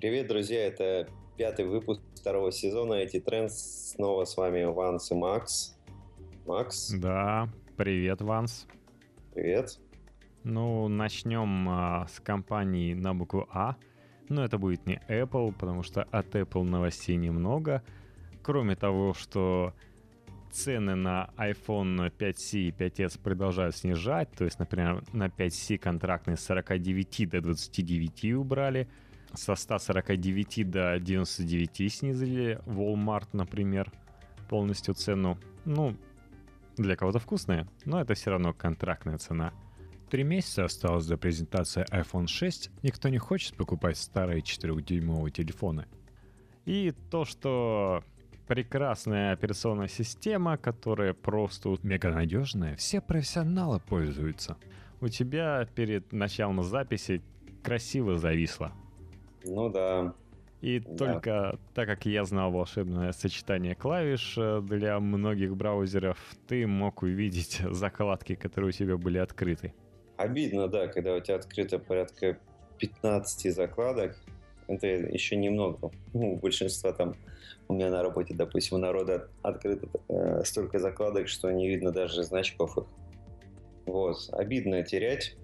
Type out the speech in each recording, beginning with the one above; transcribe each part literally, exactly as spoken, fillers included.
Привет, друзья! Это пятый выпуск второго сезона ай ти-Trends. Снова с вами Ванс и Макс. Макс, Да, привет, Ванс. привет. Ну, начнем а, с компании на букву А. Но это будет не Apple, потому что от Apple новостей немного. Кроме того, что цены на iPhone пять си и пять эс продолжают снижать. То есть, например, на пять си контрактные с сорока девяти до двадцати девяти убрали. Со ста сорока девяти до девяноста девяти снизили. Walmart, например, полностью цену. Ну, для кого-то вкусная, но это все равно контрактная цена. Три месяца осталось до презентации айфон шесть, никто не хочет покупать старые четырёхдюймовые телефоны. И то, что прекрасная операционная система, которая просто мега надежная, все профессионалы пользуются. У тебя перед началом записи красиво зависло. Ну да. И да. только так как я знал волшебное сочетание клавиш для многих браузеров, ты мог увидеть закладки, которые у тебя были открыты. Обидно, да, когда у тебя открыто порядка пятнадцати закладок. Это еще немного. Ну, у большинства там, у меня на работе, допустим, у народа открыто э, столько закладок, что не видно даже значков их. Вот. Обидно терять,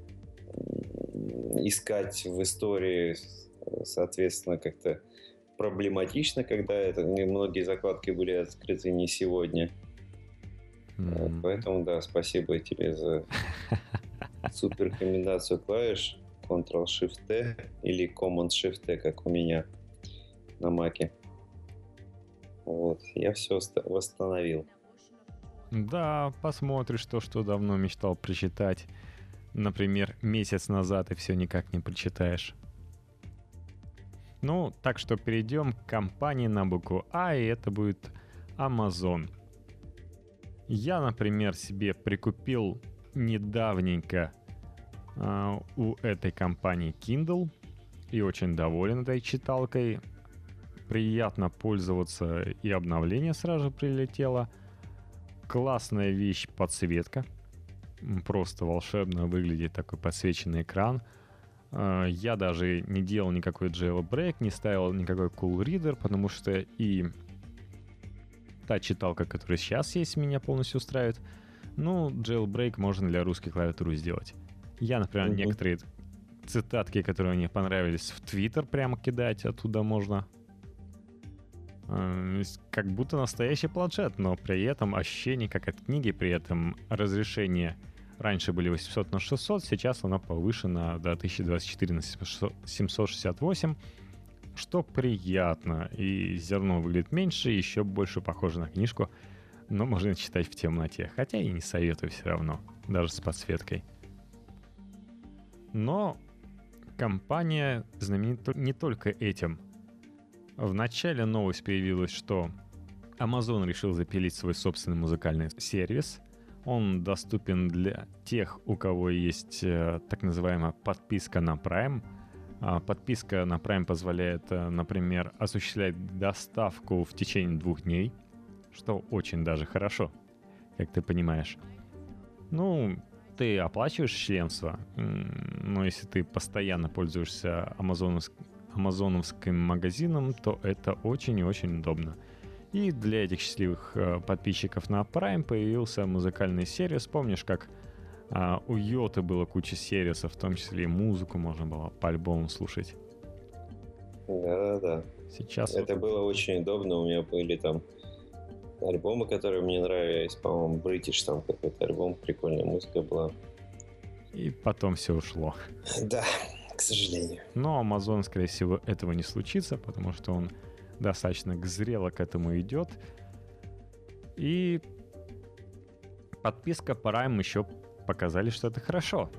искать в истории, соответственно, как-то проблематично, когда это, многие закладки были открыты не сегодня. Mm-hmm. Поэтому, да, спасибо тебе за супер комбинацию клавиш контрол-шифт-Т или команд-шифт-Т, как у меня на Маке. Вот, я все восстановил. Да, посмотришь то, что давно мечтал прочитать. Например, месяц назад и все никак не прочитаешь. Ну, так что перейдем к компании на букву А, и это будет Amazon. Я, например, себе прикупил недавненько э, у этой компании Kindle и очень доволен этой читалкой. Приятно пользоваться, и обновление сразу же прилетело. Классная вещь — подсветка. Просто волшебно выглядит такой подсвеченный экран. Я даже не делал никакой jailbreak, не ставил никакой cool reader, потому что и та читалка, которая сейчас есть, меня полностью устраивает. Ну, jailbreak можно для русской клавиатуры сделать. Я, например, mm-hmm. некоторые цитатки, которые мне понравились, в Twitter прямо кидать оттуда можно. Как будто настоящий планшет, но при этом ощущение как от книги, при этом разрешение раньше были восемьсот на шестьсот, сейчас оно повышено до тысяча двадцать четыре на семьсот шестьдесят восемь, что приятно. И зерно выглядит меньше, еще больше похоже на книжку, но можно читать в темноте. Хотя и не советую все равно, даже с подсветкой. Но компания знаменита не только этим. В начале новость появилась, что Amazon решил запилить свой собственный музыкальный сервис. Он доступен для тех, у кого есть э, так называемая подписка на Prime. А подписка на Prime позволяет, э, например, осуществлять доставку в течение двух дней, что очень даже хорошо, как ты понимаешь. Ну, ты оплачиваешь членство, но если ты постоянно пользуешься амазоновск... амазоновским магазином, то это очень и очень удобно. И для этих счастливых э, подписчиков на Prime появился музыкальный сервис. Помнишь, как э, у Йоты было куча сервисов, в том числе и музыку можно было по альбому слушать? Да-да-да. Сейчас это вот... было очень удобно. У меня были там альбомы, которые мне нравились. По-моему, British там какой-то альбом, прикольная музыка была. И потом все ушло. Да, к сожалению. Но Amazon, скорее всего, этого не случится, потому что он достаточно зрело к этому идет. И подписка Prime еще показали, что это хорошо.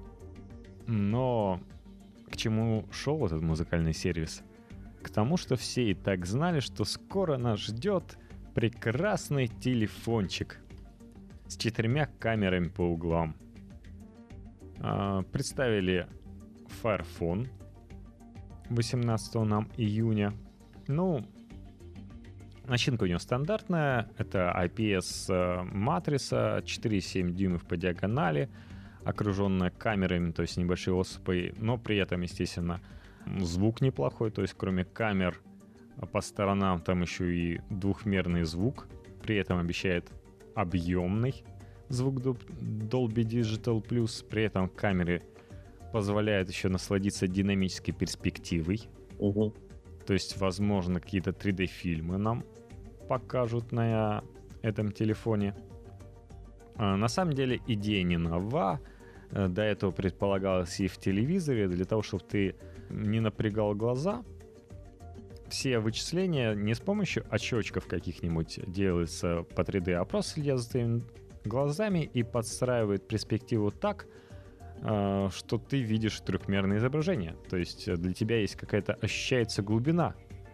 Но к чему шел этот музыкальный сервис? К тому, что все и так знали, что скоро нас ждет прекрасный телефончик с четырьмя камерами по углам. А, представили Fire Phone восемнадцатого нам июня. Ну, начинка у него стандартная. Это ай пи эс-матрица, четыре целых семь дюймов по диагонали, окруженная камерами, то есть небольшие особи, но при этом, естественно, Звук неплохой, то есть кроме камер по сторонам там еще и двухмерный звук. При этом обещает объемный звук Dolby Digital Plus. При этом камеры позволяют еще насладиться динамической перспективой. Угу. То есть, возможно, какие-то три дэ-фильмы нам покажут на этом телефоне. А на самом деле идея не нова. До этого предполагалось и в телевизоре, для того, чтобы ты не напрягал глаза. Все вычисления не с помощью очечков каких-нибудь делаются по три дэ, а просто следят за твоими глазами и подстраивает перспективу так, что ты видишь трехмерное изображение. То есть для тебя есть какая-то, ощущается глубина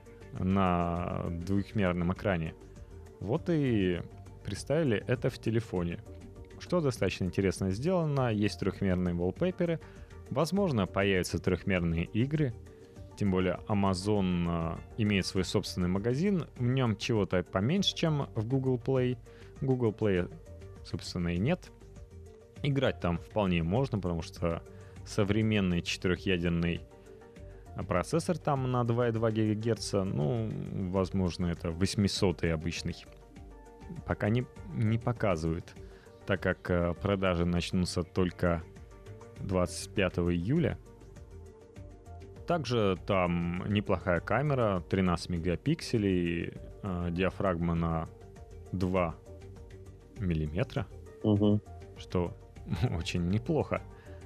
на двухмерном экране. Вот и представили это в телефоне. Что достаточно интересно сделано. Есть трехмерные wallpaper. Возможно, появятся трехмерные игры. Тем более Amazon имеет свой собственный магазин. В нем чего-то поменьше, чем в Google Play. Google Play, собственно, и нет. Играть там вполне можно, потому что современный четырехъядерный процессор там на два и два гигагерца. Ну, возможно, это восьмисотый обычный. Пока не, не показывают, так как продажи начнутся только двадцать пятого июля. Также там неплохая камера, тринадцать мегапикселей, э, диафрагма на два миллиметра, Угу. что очень неплохо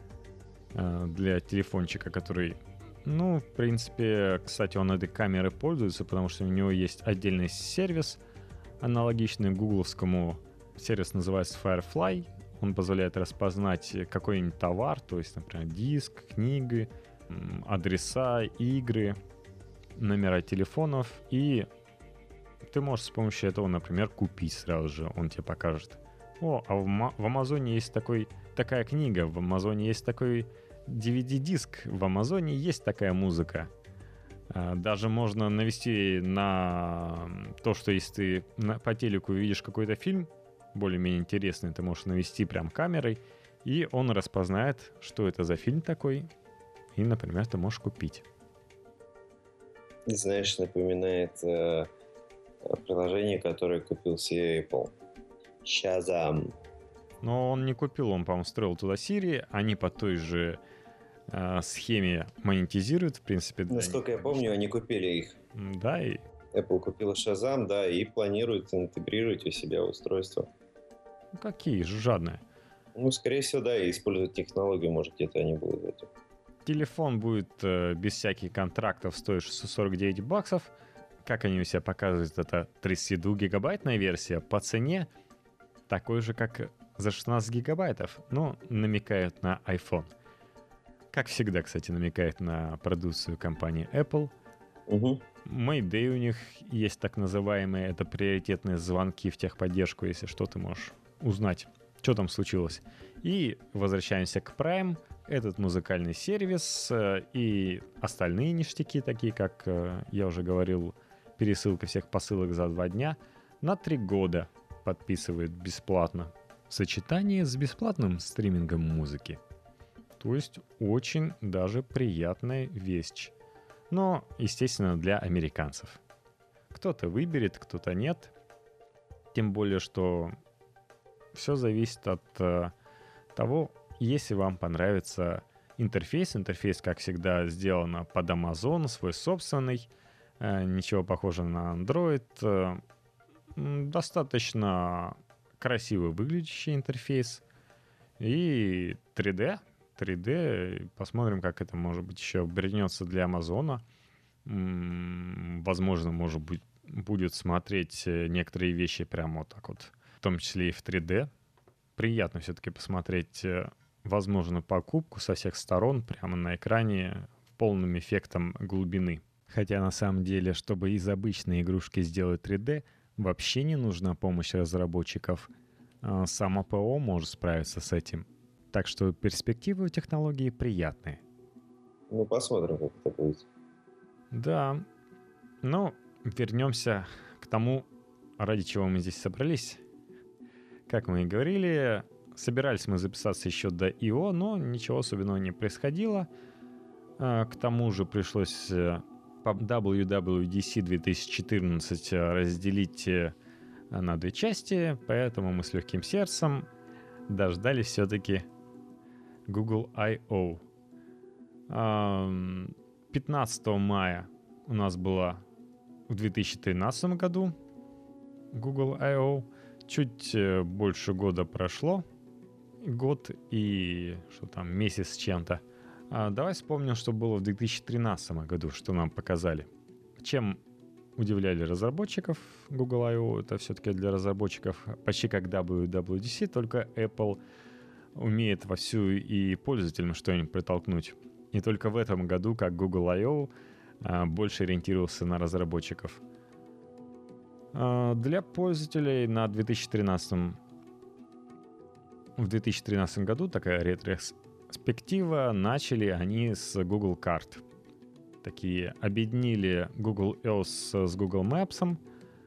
э, для телефончика, который, ну, в принципе, кстати, он этой камерой пользуется, потому что у него есть отдельный сервис, аналогичный гугловскому. Сервис называется Firefly. Он позволяет распознать какой-нибудь товар, то есть, например, диск, книги, адреса, игры, номера телефонов, и ты можешь с помощью этого, например, купить сразу же, он тебе покажет. О, а в, Ма- в Амазоне есть такой, такая книга, в Амазоне есть такой ди ви ди-диск, в Амазоне есть такая музыка. А, даже можно навести на то, что если ты на, по телеку видишь какой-то фильм, более-менее интересный, ты можешь навести прям камерой, и он распознает, что это за фильм такой, и, например, ты можешь купить. Знаешь, напоминает э, приложение, которое купил себе Apple. Shazam. Но он не купил, он, по-моему, строил туда Siri. Они по той же э, схеме монетизируют, в принципе. Насколько я помню, они купили их. Да, и... Apple купила Shazam, да, и планирует интегрировать у себя устройство. Ну, какие же жадные. Ну, скорее всего, да, и использовать технологию, может, где-то они будут этим. Телефон будет э, без всяких контрактов стоить шестьсот сорок девять баксов. Как они у себя показывают, это тридцатидвухгигабайтная версия по цене такой же, как за шестнадцать гигабайтов. Ну, намекают на iPhone. Как всегда, кстати, намекает на продукцию компании Apple. Угу. Mayday у них есть так называемые, это приоритетные звонки в техподдержку, если что, ты можешь узнать, что там случилось. И возвращаемся к Prime. Этот музыкальный сервис э, и остальные ништяки, такие как, э, я уже говорил, пересылка всех посылок за два дня, на три года подписывают бесплатно в сочетании с бесплатным стримингом музыки. То есть очень даже приятная вещь. Но, естественно, для американцев. Кто-то выберет, кто-то нет. Тем более, что все зависит от э, того, если вам понравится интерфейс. Интерфейс, как всегда, сделан под Amazon, свой собственный. Э, ничего похожего на Android. Э, достаточно красиво выглядящий интерфейс. И три дэ. три дэ. Посмотрим, как это, может быть, еще вернется для Амазона. Возможно, может быть, будет смотреть некоторые вещи прямо вот так вот, в том числе и в три дэ. Приятно все-таки посмотреть возможную покупку со всех сторон прямо на экране полным эффектом глубины. Хотя на самом деле, чтобы из обычной игрушки сделать три дэ, вообще не нужна помощь разработчиков. Само ПО может справиться с этим. Так что перспективы у технологии приятные. Ну, посмотрим, как это будет. Да. Ну, вернемся к тому, ради чего мы здесь собрались. Как мы и говорили, собирались мы записаться еще до ай о, но ничего особенного не происходило. К тому же пришлось по дабл ю дабл ю ди си две тысячи четырнадцать разделить на две части, поэтому мы с легким сердцем дождались все-таки Google ай о. пятнадцатого мая у нас была в две тысячи тринадцатом году Google ай о. Чуть больше года прошло. Год и что там, месяц с чем-то. А давай вспомним, что было в две тысячи тринадцатом году, что нам показали. Чем удивляли разработчиков Google ай о, это все-таки для разработчиков почти как дабл ю дабл ю ди си, только Apple умеет вовсю и пользователям что-нибудь притолкнуть. Не только в этом году, как Google ай о, больше ориентировался на разработчиков. Для пользователей на две тысячи тринадцатом в две тысячи тринадцатом году такая ретроспектива. Начали они с Google карт. Такие объединили Google Earth с Google Maps.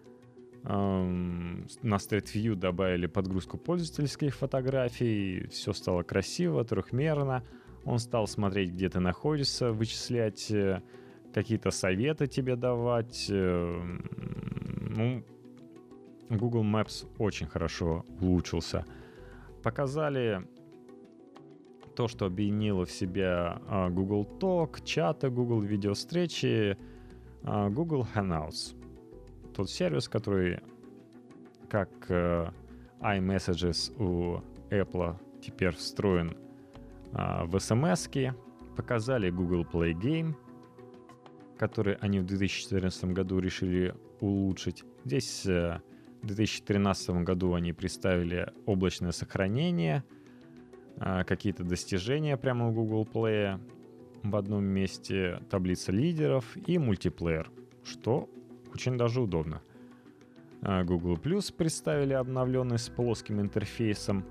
Эм, на Street View добавили подгрузку пользовательских фотографий. Все стало красиво, трехмерно. Он стал смотреть, где ты находишься, вычислять, какие-то советы тебе давать. Ну, Google Maps очень хорошо улучшился. Показали то, что объединило в себя Google Talk, чаты, Google видеовстречи, Google Hangouts. Тот сервис, который, как iMessages у Apple, теперь встроен в эс эм эс-ки. Показали Google Play Game, который они в две тысячи четырнадцатом году решили улучшить. Здесь в две тысячи тринадцатом году они представили облачное сохранение, какие-то достижения прямо в Google Play в одном месте, таблица лидеров и мультиплеер, что очень даже удобно. Google Plus представили обновленный с плоским интерфейсом.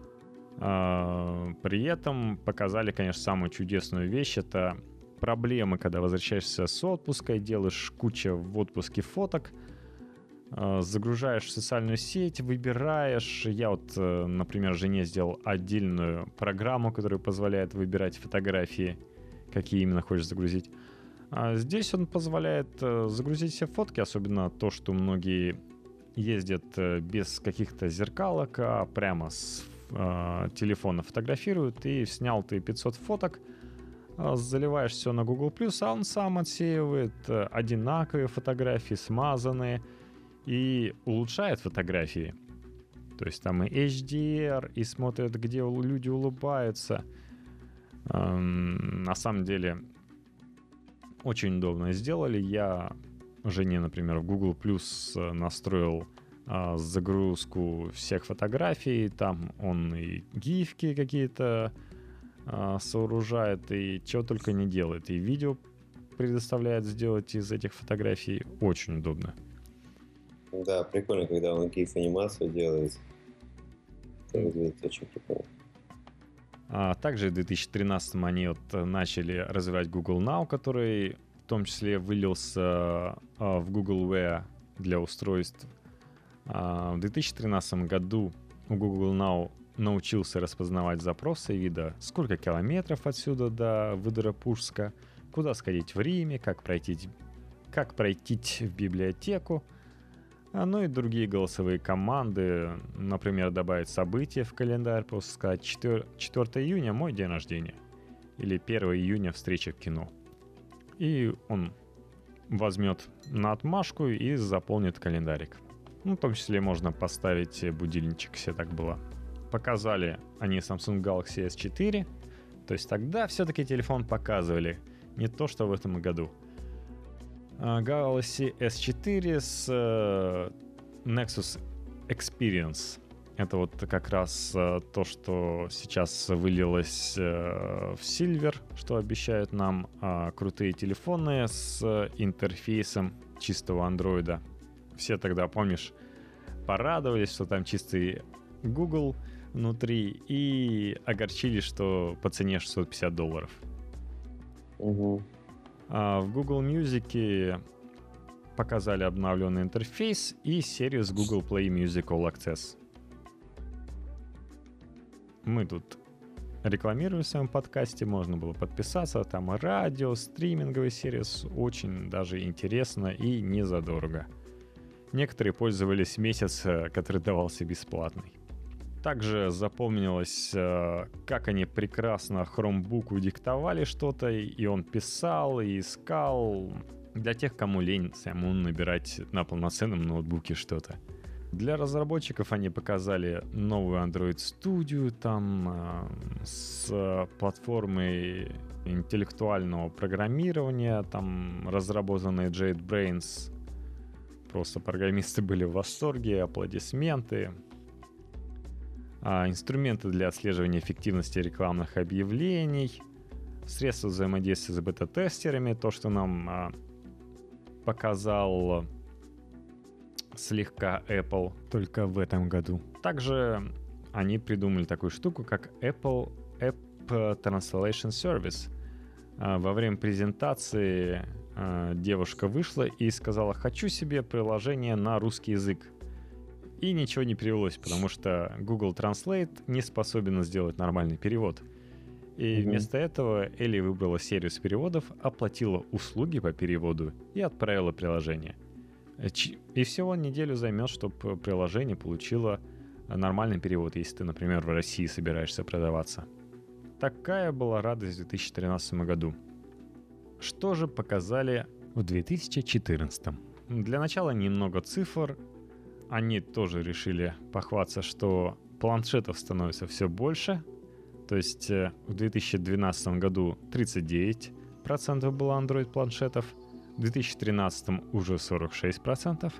При этом показали, конечно, самую чудесную вещь. Это проблемы, когда возвращаешься с отпуска и делаешь кучу в отпуске фоток, загружаешь в социальную сеть, выбираешь. Я вот, например, жене сделал отдельную программу, которая позволяет выбирать фотографии, какие именно хочешь загрузить. А здесь он позволяет загрузить все фотки, особенно то, что многие ездят без каких-то зеркалок, а прямо с э, телефона фотографируют. И снял ты пятьсот фоток, заливаешь все на Google+, а он сам отсеивает одинаковые фотографии, смазанные, и улучшает фотографии. То есть там и эйч ди ар, и смотрят, где люди улыбаются. Эм, на самом деле очень удобно сделали. Я жене, например, в Google Plus настроил э, загрузку всех фотографий. Там он и гифки какие-то э, сооружает, и чего только не делает. И видео предоставляет сделать из этих фотографий. Очень удобно. Да, прикольно, когда он гиф-анимацию делает. Это выглядит очень прикольно. А также в две тысячи тринадцатом они вот начали развивать Google Now, который в том числе вылился в Google Wear для устройств. В две тысячи тринадцатом году у Google Now научился распознавать запросы вида, сколько километров отсюда до Выдора-Пужска, куда сходить в Риме, как пройти, как пройти в библиотеку. Ну и другие голосовые команды, например, добавить события в календарь, просто сказать четвёртого июня мой день рождения или первого июня встреча в кино. И он возьмет на отмашку и заполнит календарик. Ну, в том числе можно поставить будильничек, если так было. Показали они Samsung Galaxy эс четыре, то есть тогда все-таки телефон показывали, не то что в этом году. Galaxy эс четыре с uh, Nexus Experience. Это вот как раз uh, то, что сейчас вылилось uh, в Silver, что обещают нам uh, крутые телефоны с uh, интерфейсом чистого андроида. Все тогда, помнишь, порадовались, что там чистый Google внутри, и огорчились, что по цене шестьсот пятьдесят долларов. Угу. В Google Music показали обновленный интерфейс и серию с Google Play Music All Access. Мы тут рекламировали в своем подкасте, можно было подписаться. Там радио, стриминговый сервис, очень даже интересно и не задорого. Некоторые пользовались месяц, который давался бесплатный. Также запомнилось, как они прекрасно Chromebook диктовали что-то, и он писал, и искал. Для тех, кому лень самому набирать на полноценном ноутбуке что-то. Для разработчиков они показали новую Android Studio, там с платформой интеллектуального программирования, там разработанный JetBrains. Просто программисты были в восторге, аплодисменты. А, инструменты для отслеживания эффективности рекламных объявлений, средства взаимодействия с бета-тестерами, то, что нам а, показал слегка Apple только в этом году. Также они придумали такую штуку, как Apple App Translation Service. А, во время презентации девушка вышла и сказала: «Хочу себе приложение на русский язык». И ничего не перевелось, потому что Google Translate не способен сделать нормальный перевод. И mm-hmm. вместо этого Элли выбрала сервис переводов, оплатила услуги по переводу и отправила приложение. И всего неделю займет, чтобы приложение получило нормальный перевод, если ты, например, в России собираешься продаваться. Такая была радость в две тысячи тринадцатом году. Что же показали в две тысячи четырнадцатом? Для начала немного цифр. Они тоже решили похвастаться, что планшетов становится все больше. То есть в две тысячи двенадцатом году тридцать девять процентов было Android-планшетов, в две тысячи тринадцатом уже сорок шесть процентов,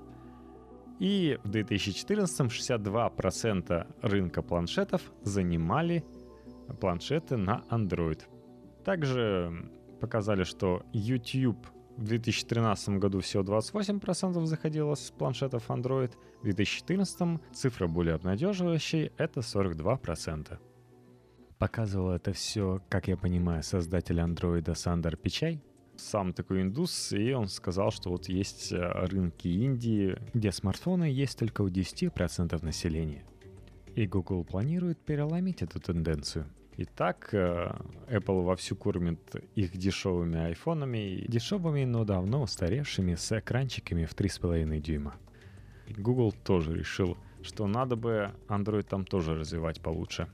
и в две тысячи четырнадцатом шестьдесят два процента рынка планшетов занимали планшеты на Android. Также показали, что YouTube в две тысячи тринадцатом году всего двадцать восемь процентов заходило с планшетов Android, в две тысячи четырнадцатом цифра более обнадеживающая, это сорок два процента. Показывал это все, как я понимаю, создатель Android Сандер Пичай. Сам такой индус, и он сказал, что вот есть рынки Индии, где смартфоны есть только у десять процентов населения. И Google планирует переломить эту тенденцию. Итак, Apple вовсю кормит их дешевыми айфонами, дешевыми, но давно устаревшими, с экранчиками в три с половиной дюйма. Google тоже решил, что надо бы Android там тоже развивать получше.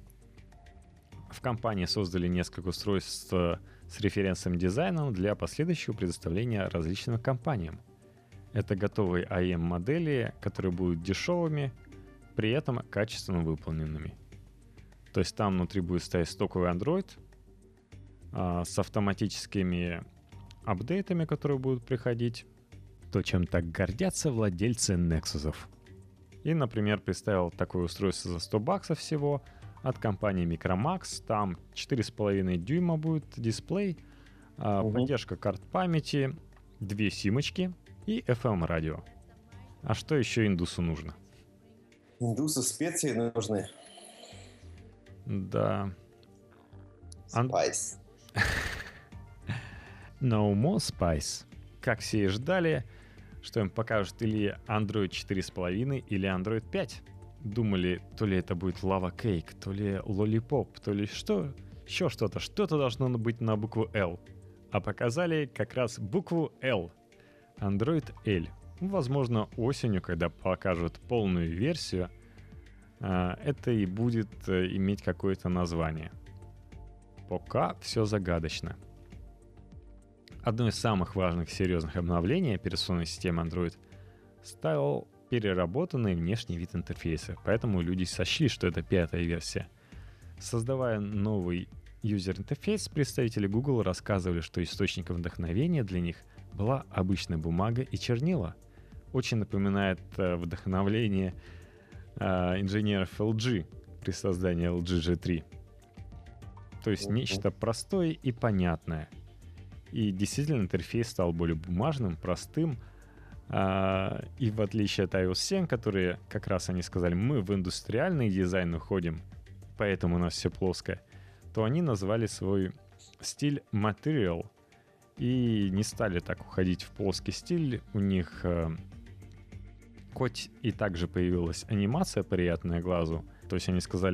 В компании создали несколько устройств с референсным дизайном для последующего предоставления различным компаниям. Это готовые эй эм-модели, которые будут дешевыми, при этом качественно выполненными. То есть там внутри будет стоять стоковый Android а, с автоматическими апдейтами, которые будут приходить. То, чем так гордятся владельцы Nexus'ов. И, например, представил такое устройство за сто баксов всего от компании Micromax. Там четыре с половиной дюйма будет дисплей, а, угу. поддержка карт памяти, две симочки и эф эм-радио. А что еще индусу нужно? Индусу специи нужны. Да. Spice. No more spice. Как все и ждали, что им покажут или Android четыре с половиной, или Android пять. Думали, то ли это будет Lava Cake, то ли Lollipop, то ли что, еще что-то. Что-то должно быть на букву L. А показали как раз букву L. Android L. Возможно, осенью, когда покажут полную версию, это и будет иметь какое-то название. Пока все загадочно. Одно из самых важных серьезных обновлений операционной системы Android стал переработанный внешний вид интерфейса, поэтому люди сочли, что это пятая версия. Создавая новый юзер-интерфейс, представители Google рассказывали, что источником вдохновения для них была обычная бумага и чернила. Очень напоминает вдохновление инженеров эл джи при создании эл джи джи три. То есть нечто простое и понятное. И действительно интерфейс стал более бумажным, простым. А, и в отличие от ай о эс семь, которые как раз они сказали, мы в индустриальный дизайн уходим, поэтому у нас все плоское, то они назвали свой стиль Material и не стали так уходить в плоский стиль. У них а, хоть и также появилась анимация приятная глазу, то есть они сказали,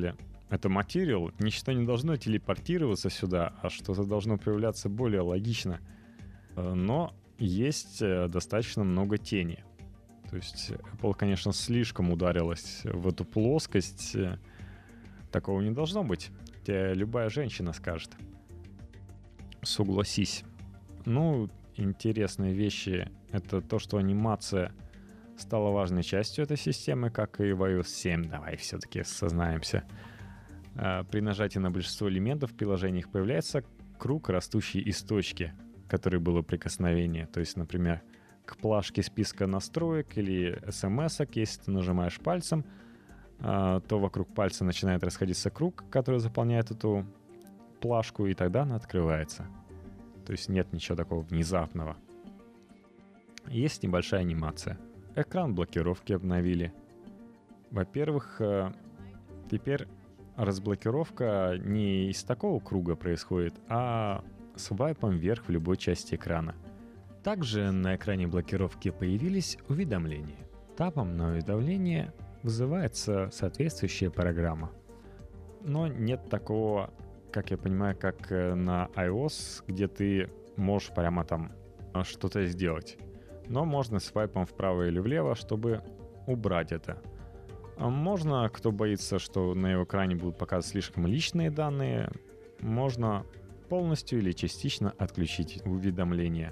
это материал, ничто не должно телепортироваться сюда, а что-то должно проявляться более логично. Но есть достаточно много тени. То есть Apple, конечно, слишком ударилась в эту плоскость. Такого не должно быть. Тебе любая женщина скажет. Согласись. Ну, интересные вещи — это то, что анимация стала важной частью этой системы, как и в ай о эс семь. Давай все-таки сознаемся. При нажатии на большинство элементов в приложениях появляется круг, растущий из точки, к которой было прикосновение. То есть, например, к плашке списка настроек или эс эм эс-ок, если ты нажимаешь пальцем, то вокруг пальца начинает расходиться круг, который заполняет эту плашку, и тогда она открывается. То есть нет ничего такого внезапного. Есть небольшая анимация. Экран блокировки обновили. Во-первых, теперь разблокировка не из такого круга происходит, а свайпом вверх в любой части экрана. Также на экране блокировки появились уведомления. Тапом на уведомление вызывается соответствующая программа. Но нет такого, как я понимаю, как на iOS, где ты можешь прямо там что-то сделать. Но можно свайпом вправо или влево, чтобы убрать это. А можно, кто боится, что на его экране будут показывать слишком личные данные, можно полностью или частично отключить уведомления.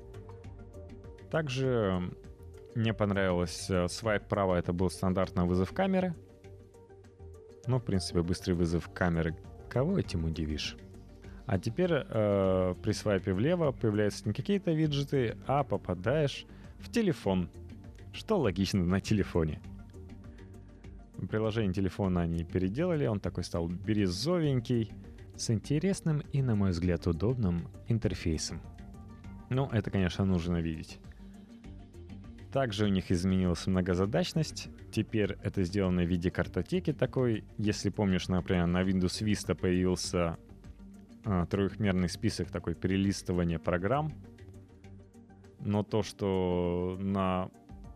Также мне понравилось свайп вправо, это был стандартный вызов камеры. Ну, в принципе, быстрый вызов камеры. Кого этим удивишь? А теперь э, при свайпе влево появляются не какие-то виджеты, а попадаешь в телефон. Что логично на телефоне. Приложение телефона они переделали, он такой стал бирюзовенький, с интересным и, на мой взгляд, удобным интерфейсом. Ну, это, конечно, нужно видеть. Также у них изменилась многозадачность. Теперь это сделано в виде картотеки такой. Если помнишь, например, на Windows Vista появился а, трехмерный список, такой перелистывания программ. Но то, что на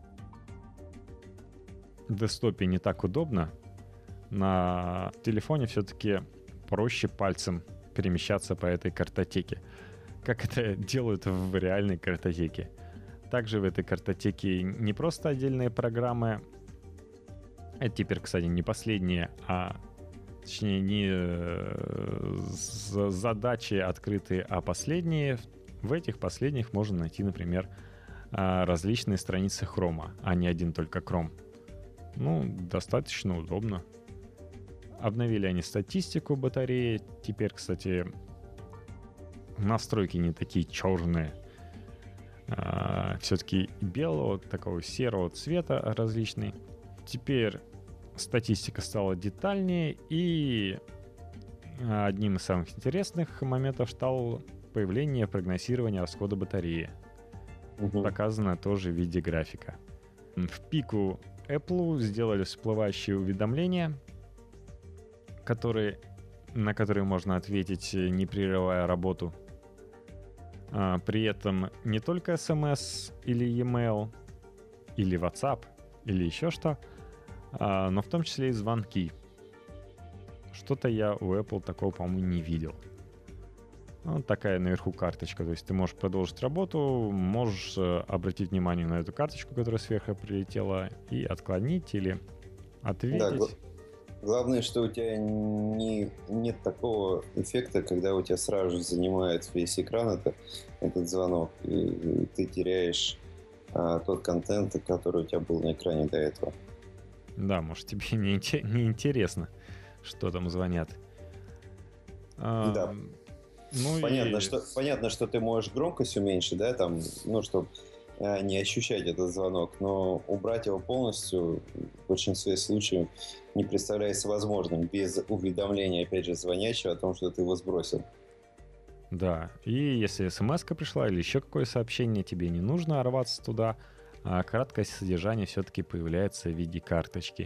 десктопе не так удобно, на телефоне все-таки проще пальцем перемещаться по этой картотеке, как это делают в реальной картотеке. Также в этой картотеке не просто отдельные программы, это теперь, кстати, не последние, а точнее не задачи открытые, а последние. В этих последних можно найти, например, различные страницы Chrome, а не один только Chrome. Ну, достаточно удобно. Обновили они статистику батареи. Теперь, кстати, настройки не такие черные. А, все-таки белого, такого серого цвета различный. Теперь статистика стала детальнее, и одним из самых интересных моментов стало появление прогнозирования расхода батареи. Угу. Показано тоже в виде графика. В пику Apple сделали всплывающие уведомления, которые, на которые можно ответить, не прерывая работу. А, при этом не только эс эм эс или e-mail, или WhatsApp, или еще что, а, но в том числе и звонки. Что-то я у Apple такого, по-моему, не видел. Вот такая наверху карточка. То есть ты можешь продолжить работу, можешь обратить внимание на эту карточку, которая сверху прилетела, и отклонить или ответить. Да, гл- главное, что у тебя не, нет такого эффекта, когда у тебя сразу же занимает весь экран это, этот звонок, и, и ты теряешь а, тот контент, который у тебя был на экране до этого. Да, может, тебе не, не интересно, что там звонят. Да. А, Ну понятно, и... что, понятно, что ты можешь громкость уменьшить, да, там, ну, чтобы а, не ощущать этот звонок, но убрать его полностью в большинстве случаев не представляется возможным без уведомления, опять же, звонящего о том, что ты его сбросил. Да, и если смс-ка пришла или еще какое сообщение, тебе не нужно рваться туда, а краткое содержание все-таки появляется в виде карточки.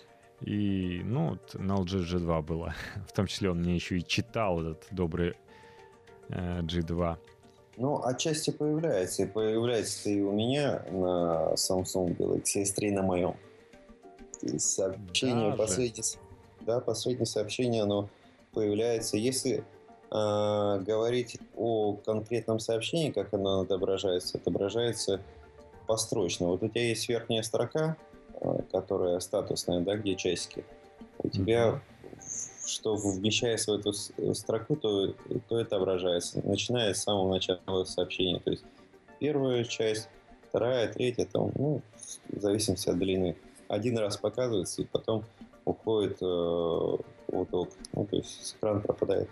И, ну, вот на эл джи джи два было, в том числе он мне еще и читал этот добрый джи два. Ну, отчасти появляется. И появляется и у меня на Samsung Galaxy эс три на моем. Сообщение последнее. Да, последнее сообщение, оно появляется. Если э, говорить о конкретном сообщении, как оно отображается, отображается построчно. Вот у тебя есть верхняя строка, э, которая статусная, да, где часики. У тебя, что вмещается в эту строку, то, то это отображается, начиная с самого начала сообщения. То есть первая часть, вторая, третья, там, ну, в зависимости от длины. Один раз показывается, и потом уходит э, в уток. Ну, то есть экран пропадает.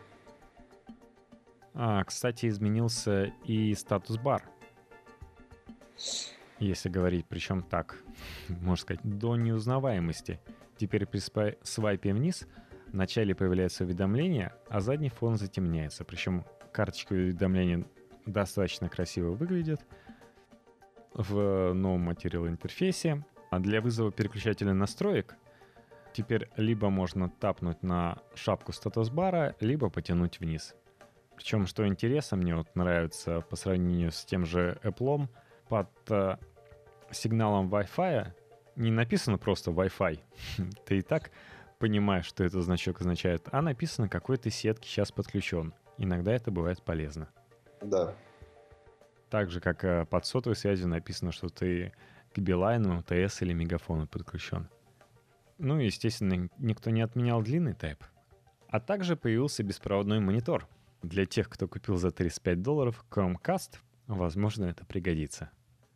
А, кстати, изменился и статус-бар. Если говорить, причем так, можно сказать, до неузнаваемости. Теперь при свайпе вниз вначале появляется уведомление, а задний фон затемняется. Причем карточка уведомления достаточно красиво выглядит в новом материал интерфейсе. А для вызова переключателя настроек теперь либо можно тапнуть на шапку статус-бара, либо потянуть вниз. Причем, что интересно, мне вот нравится по сравнению с тем же Apple, под э, сигналом Wi-Fi не написано просто Wi-Fi. Ты и так понимаешь, что этот значок означает, а написано, какой ты сетки сейчас подключен. Иногда это бывает полезно. Да. Так же, как э, под сотовой связью написано, что ты к Билайну, ТС или Мегафону подключен. Ну и, естественно, никто не отменял длинный тайп. А также появился беспроводной монитор. Для тех, кто купил за тридцать пять долларов Chromecast, возможно, это пригодится.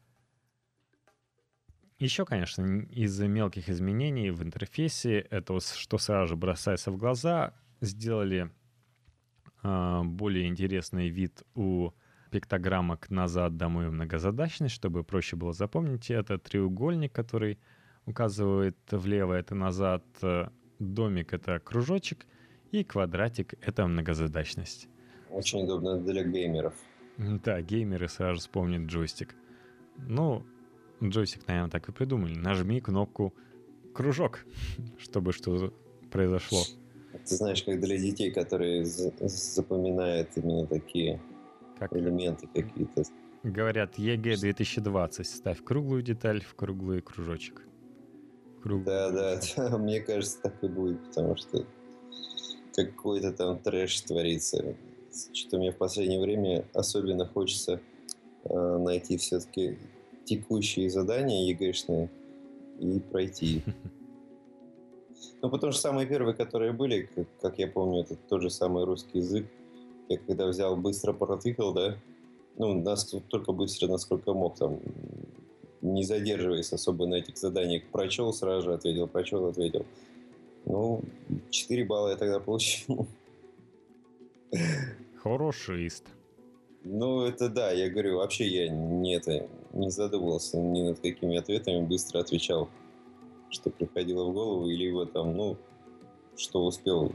Еще, конечно, из-за мелких изменений в интерфейсе, это что сразу же бросается в глаза, сделали э, более интересный вид у пиктограммок назад, домой и многозадачность, чтобы проще было запомнить. Это треугольник, который указывает влево, это назад, домик — это кружочек, и квадратик — это многозадачность. Очень удобно для геймеров. Да, геймеры сразу же вспомнят джойстик. Ну, джойстик, наверное, так и придумали. Нажми кнопку кружок, чтобы что произошло. Ты знаешь, как для детей, которые запоминают именно такие как элементы какие-то. Говорят, ЕГЭ две тысячи двадцать. Ставь круглую деталь в круглый кружочек. Круглый да, кружочек. да, да. Мне кажется, так и будет, потому что какой-то там трэш творится. Что-то мне в последнее время особенно хочется э, найти все-таки текущие задания ЕГЭшные и пройти. Ну, потому что самые первые, которые были, как, как я помню, это тот же самый русский язык. Я когда взял, быстро протыкал, да, ну, нас только быстро, насколько мог, там, не задерживаясь особо на этих заданиях. Прочел, сразу же ответил, прочел, ответил. Ну, четыре балла я тогда получил. Хорошист. Ну, это да, я говорю, вообще я не, это, не задумывался ни над какими ответами, быстро отвечал, что приходило в голову, или вот там, ну, что успел.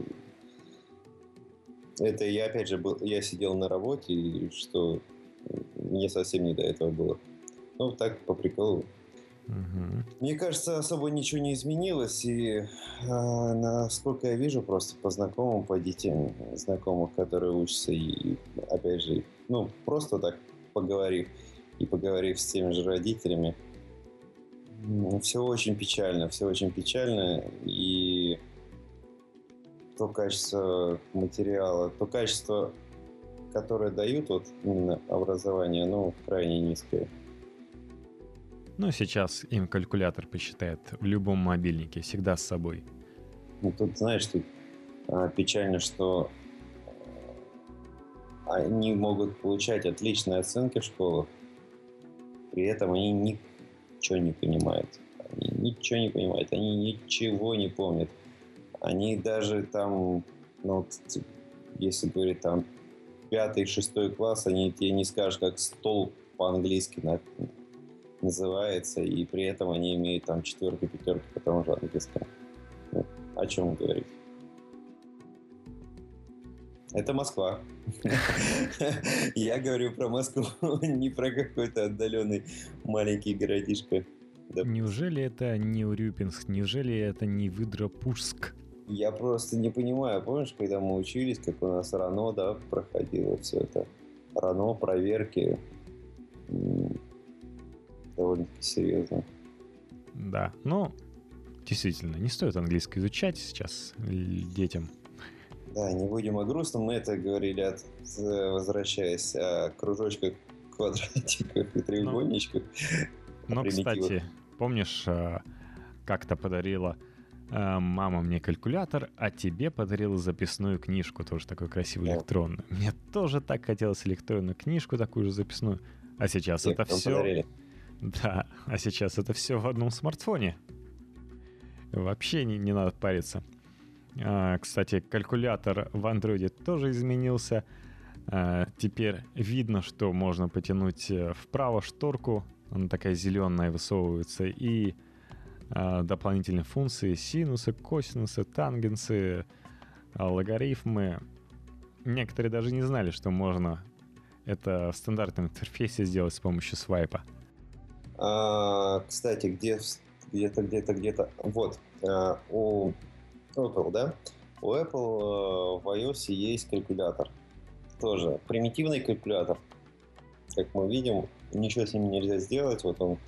Это я, опять же, был, я сидел на работе, и что мне совсем не до этого было. Ну, так, по приколу. Угу. Мне кажется, особо ничего не изменилось, и а, насколько я вижу, просто по знакомым, по детям знакомых, которые учатся, и опять же, ну, просто так поговорив, и поговорив с теми же родителями, все очень печально, все очень печально, и то качество материала, то качество, которое дают вот именно образование, оно крайне низкое. Ну, сейчас им калькулятор посчитает в любом мобильнике, всегда с собой. Ну, тут, знаешь, тут а, печально, что они могут получать отличные оценки в школах, при этом они ничего не понимают. Они ничего не понимают, они ничего не помнят. Они даже там, ну, если говорить там пятый, шестой класс, они тебе не скажут, как стол по-английски называется, и при этом они имеют там четверки, пятерки по тому же английскому. Ну, о чем говорить? Это Москва. Я говорю про Москву, не про какой-то отдаленный маленький городишко. Неужели это не Урюпинск? Неужели это не Выдропужск? Я просто не понимаю. Помнишь, когда мы учились, как у нас РАНО, да, проходило все это? РАНО, проверки. Довольно-таки серьезно. Да, ну, действительно, не стоит английский изучать сейчас детям. Да, не будем о грустном, мы это говорили, от, возвращаясь о кружочках, квадратиках и треугольничках. Ну, кстати, помнишь, как-то подарила мама мне калькулятор, а тебе подарила записную книжку, тоже такую красивую, да, электронную. Мне тоже так хотелось электронную книжку, такую же записную. А сейчас Всех это все... Подарили. Да, а сейчас это все в одном смартфоне. Вообще не, не надо париться. А, кстати, калькулятор в Android тоже изменился. А, теперь видно, что можно потянуть вправо шторку. Она такая зеленая высовывается. И а, дополнительные функции: синусы, косинусы, тангенсы, а, логарифмы. Некоторые даже не знали, что можно это в стандартном интерфейсе сделать с помощью свайпа. А, кстати, где, где-то, где-то, где-то... Вот, а, у Apple, да? У Apple а, в iOS есть калькулятор. Тоже примитивный калькулятор. Как мы видим, ничего с ним нельзя сделать. Вот он,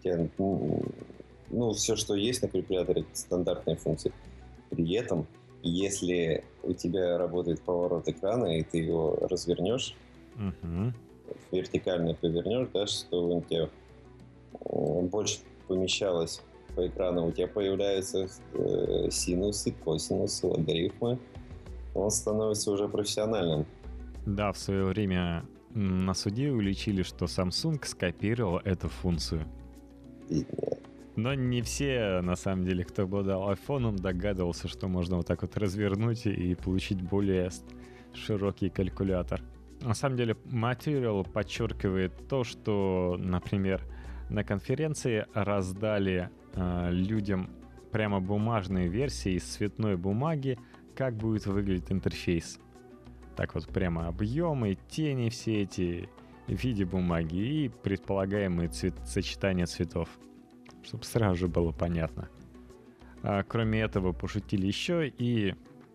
ну, все, что есть на калькуляторе, стандартные функции. При этом, если у тебя работает поворот экрана, и ты его развернешь, uh-huh. вертикально повернешь, да, чтобы у тебя больше помещалось по экрану, у тебя появляются э, синусы, косинусы, логарифмы. Он становится уже профессиональным. Да, в свое время на суде уличили, что Samsung скопировал эту функцию. И нет. Но не все, на самом деле, кто обладал айфоном, догадывался, что можно вот так вот развернуть и получить более широкий калькулятор. На самом деле, Material подчеркивает то, что, например, на конференции раздали э, людям прямо бумажные версии из цветной бумаги, как будет выглядеть интерфейс. Так вот, прямо объемы, тени все эти в виде бумаги и предполагаемые цвет, сочетания цветов, чтобы сразу же было понятно. А, кроме этого, пошутили еще и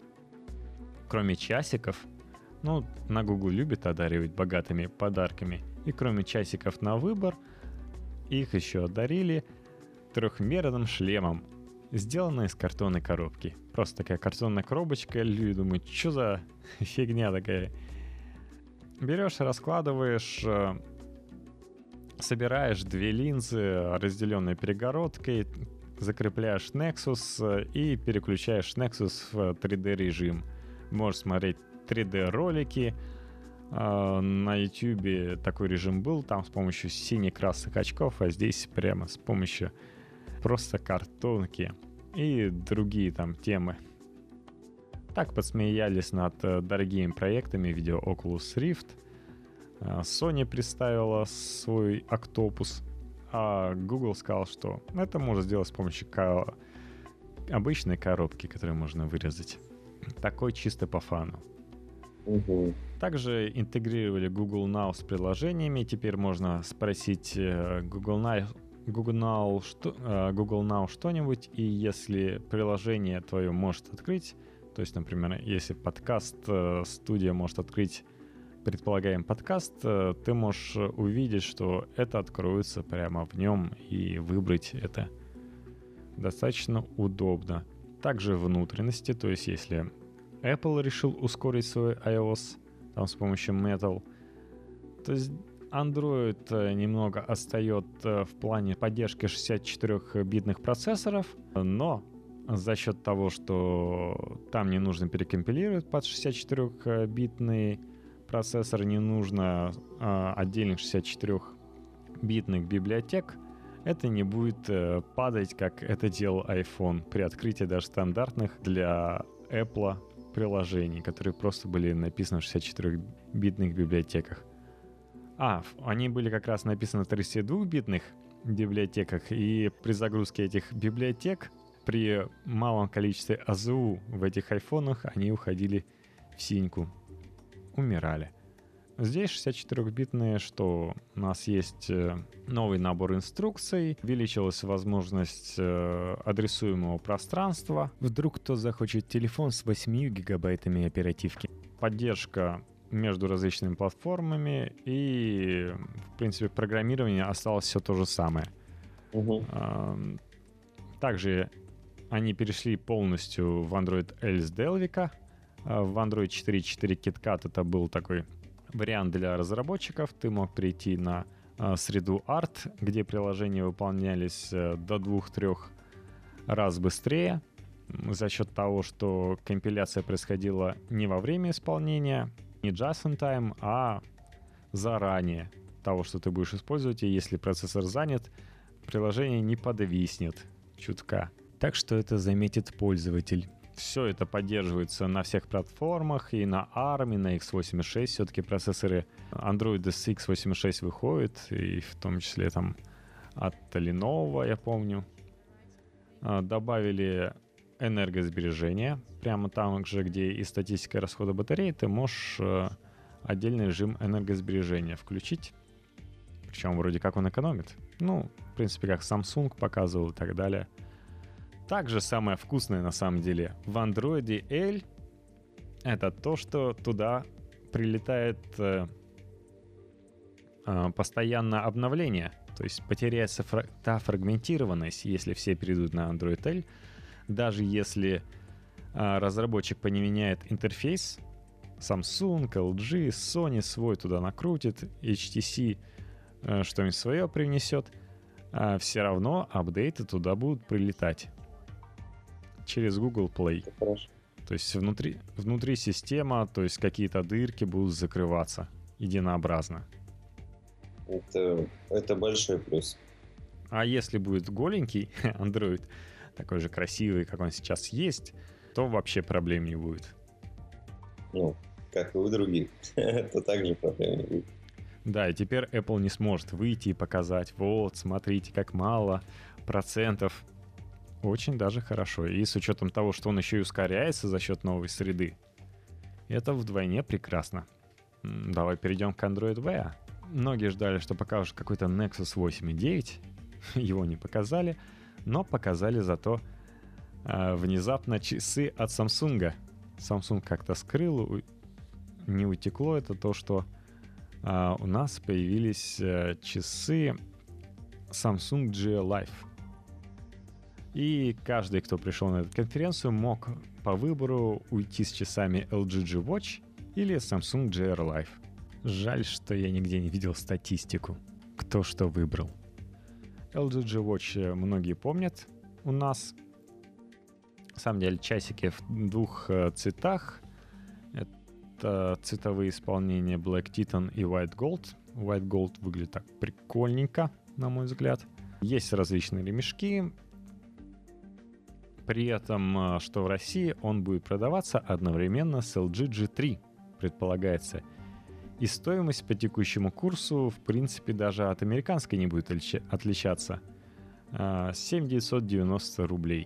кроме часиков, ну, на Google любит одаривать богатыми подарками, и кроме часиков на выбор, их еще одарили трехмерным шлемом, сделанной из картонной коробки. Просто такая картонная коробочка, люди думают, что за фигня такая. Берешь, раскладываешь, собираешь две линзы, разделенные перегородкой, закрепляешь Nexus и переключаешь Nexus в три дэ режим. Можешь смотреть три дэ ролики. На YouTube такой режим был, там с помощью сине-красных очков, а здесь прямо с помощью просто картонки и другие там темы. Так подсмеялись над дорогими проектами в виде Oculus Rift. Sony представила свой Octopus, а Google сказал, что это можно сделать с помощью ко- обычной коробки, которую можно вырезать. Такой чисто по фану. Угу. Также интегрировали Google Now с приложениями. Теперь можно спросить Google Now, Google Now, что, Google Now что-нибудь, и если приложение твое может открыть, то есть, например, если подкаст, студия может открыть предполагаемый подкаст, ты можешь увидеть, что это откроется прямо в нем и выбрать это. Достаточно удобно. Также внутренности, то есть если Apple решил ускорить свой iOS там с помощью Metal, то есть Android немного отстает в плане поддержки шестьдесят четырёхбитных процессоров, но за счет того, что там не нужно перекомпилировать под шестьдесят четырёхбитный процессор, не нужно а, отдельных шестьдесят четырёхбитных библиотек, это не будет э, падать, как это делал iPhone при открытии даже стандартных для Apple приложений, которые просто были написаны в шестьдесят четырёхбитных библиотеках. А, они были как раз написаны в тридцатидвухбитных библиотеках, и при загрузке этих библиотек, при малом количестве эй зэ ю в этих айфонах, они уходили в синьку, умирали. Здесь шестьдесят четырёхбитные, что у нас есть новый набор инструкций, увеличилась возможность адресуемого пространства. Вдруг кто захочет телефон с восемью гигабайтами оперативки. Поддержка между различными платформами, и, в принципе, программирование осталось все то же самое. Угу. Также они перешли полностью в Android L с Delvik. В Android четыре точка четыре KitKat это был такой вариант для разработчиков. Ты мог прийти на среду Art, где приложения выполнялись до двух-трех раз быстрее за счет того, что компиляция происходила не во время исполнения, не just in time, а заранее того, что ты будешь использовать, и если процессор занят, приложение не подвиснет чутка. Так что это заметит пользователь. Все это поддерживается на всех платформах, и на арм, и на икс восемьдесят шесть. Все-таки процессоры Android с икс восемьдесят шесть выходят, и в том числе там от Lenovo, я помню. Добавили энергосбережение. Прямо там же, где и статистика расхода батареи, ты можешь отдельный режим энергосбережения включить. Причем вроде как он экономит. Ну, в принципе, как Samsung показывал и так далее. Также самое вкусное на самом деле в Android L это то, что туда прилетает э, э, постоянно обновление. То есть потеряется фра- та фрагментированность, если все перейдут на Android L. Даже если э, разработчик поменяет интерфейс, Samsung, эл джи, Sony свой туда накрутит, эйч ти си э, что-нибудь свое привнесет, э, все равно апдейты туда будут прилетать через Google Play. То есть внутри, внутри система, то есть какие-то дырки будут закрываться единообразно. Это, это большой плюс. А если будет голенький Android, такой же красивый, как он сейчас есть, то вообще проблем не будет. Ну, как и у других, то также проблем не будет. Да, и теперь Apple не сможет выйти и показать, вот, смотрите, как мало процентов. Очень даже хорошо. И с учетом того, что он еще и ускоряется за счет новой среды, это вдвойне прекрасно. Давай перейдем к Android Wear. Многие ждали, что покажут какой-то Nexus восемь и девять. Его не показали, но показали зато э, внезапно часы от Samsung. Samsung как-то скрыл, не утекло это то, что э, у нас появились э, часы Samsung джи эл Life. И каждый, кто пришел на эту конференцию, мог по выбору уйти с часами эл джи джи Watch или Samsung джи ар Life. Жаль, что я нигде не видел статистику, кто что выбрал. эл джи джи Watch многие помнят у нас. На самом деле часики в двух цветах. Это цветовые исполнения Black Titan и White Gold. White Gold выглядит так прикольненько, на мой взгляд. Есть различные ремешки. При этом, что в России он будет продаваться одновременно с эл джи джи три, предполагается. И стоимость по текущему курсу, в принципе, даже от американской не будет отличаться. семь тысяч девятьсот девяносто рублей.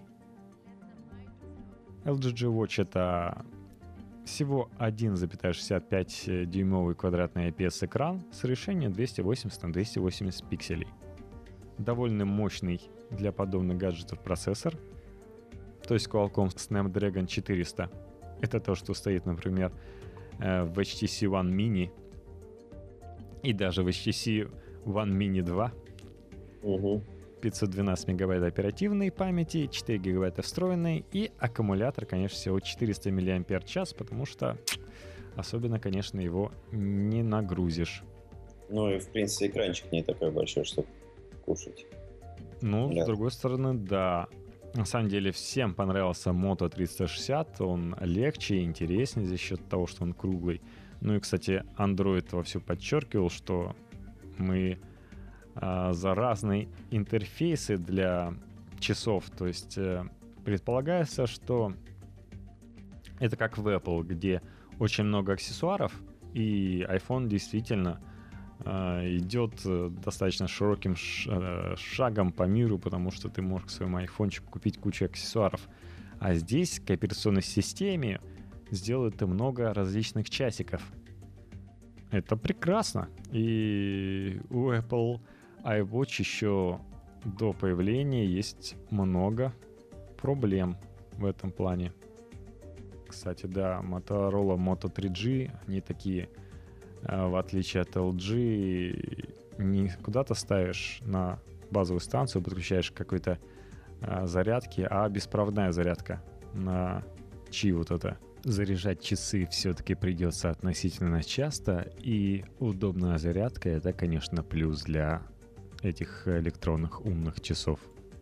эл джи джи Watch — это всего один целых шестьдесят пять сотых дюймовый квадратный ай пи эс-экран с решением двести восемьдесят на двести восемьдесят пикселей. Довольно мощный для подобных гаджетов процессор. То есть Qualcomm Snapdragon четыреста. Это то, что стоит, например, в эйч ти си One Mini и даже в эйч ти си One Mini два. Угу. пятьсот двенадцать мегабайт оперативной памяти, четыре гигабайта встроенной и аккумулятор, конечно, всего четыреста миллиампер-час, потому что особенно, конечно, его не нагрузишь. Ну и, в принципе, экранчик не такой большой, чтобы кушать. Ну, да. С другой стороны, да. На самом деле всем понравился Moto триста шестьдесят, он легче и интереснее за счет того, что он круглый. Ну и, кстати, Android вовсю подчеркивал, что мы а, за разные интерфейсы для часов. То есть э, предполагается, что это как в Apple, где очень много аксессуаров, и iPhone действительно идет достаточно широким шагом по миру, потому что ты можешь к своему айфончику купить кучу аксессуаров. А здесь к операционной системе сделают много различных часиков. Это прекрасно. И у Apple iWatch еще до появления есть много проблем в этом плане. Кстати, да, Motorola Moto три джи, они такие, в отличие от эл джи, не куда-то ставишь на базовую станцию, подключаешь к какой-то а, зарядки, а беспроводная зарядка на Qi вот это. Заряжать часы все-таки придется относительно часто, и удобная зарядка — это, конечно, плюс для этих электронных умных часов.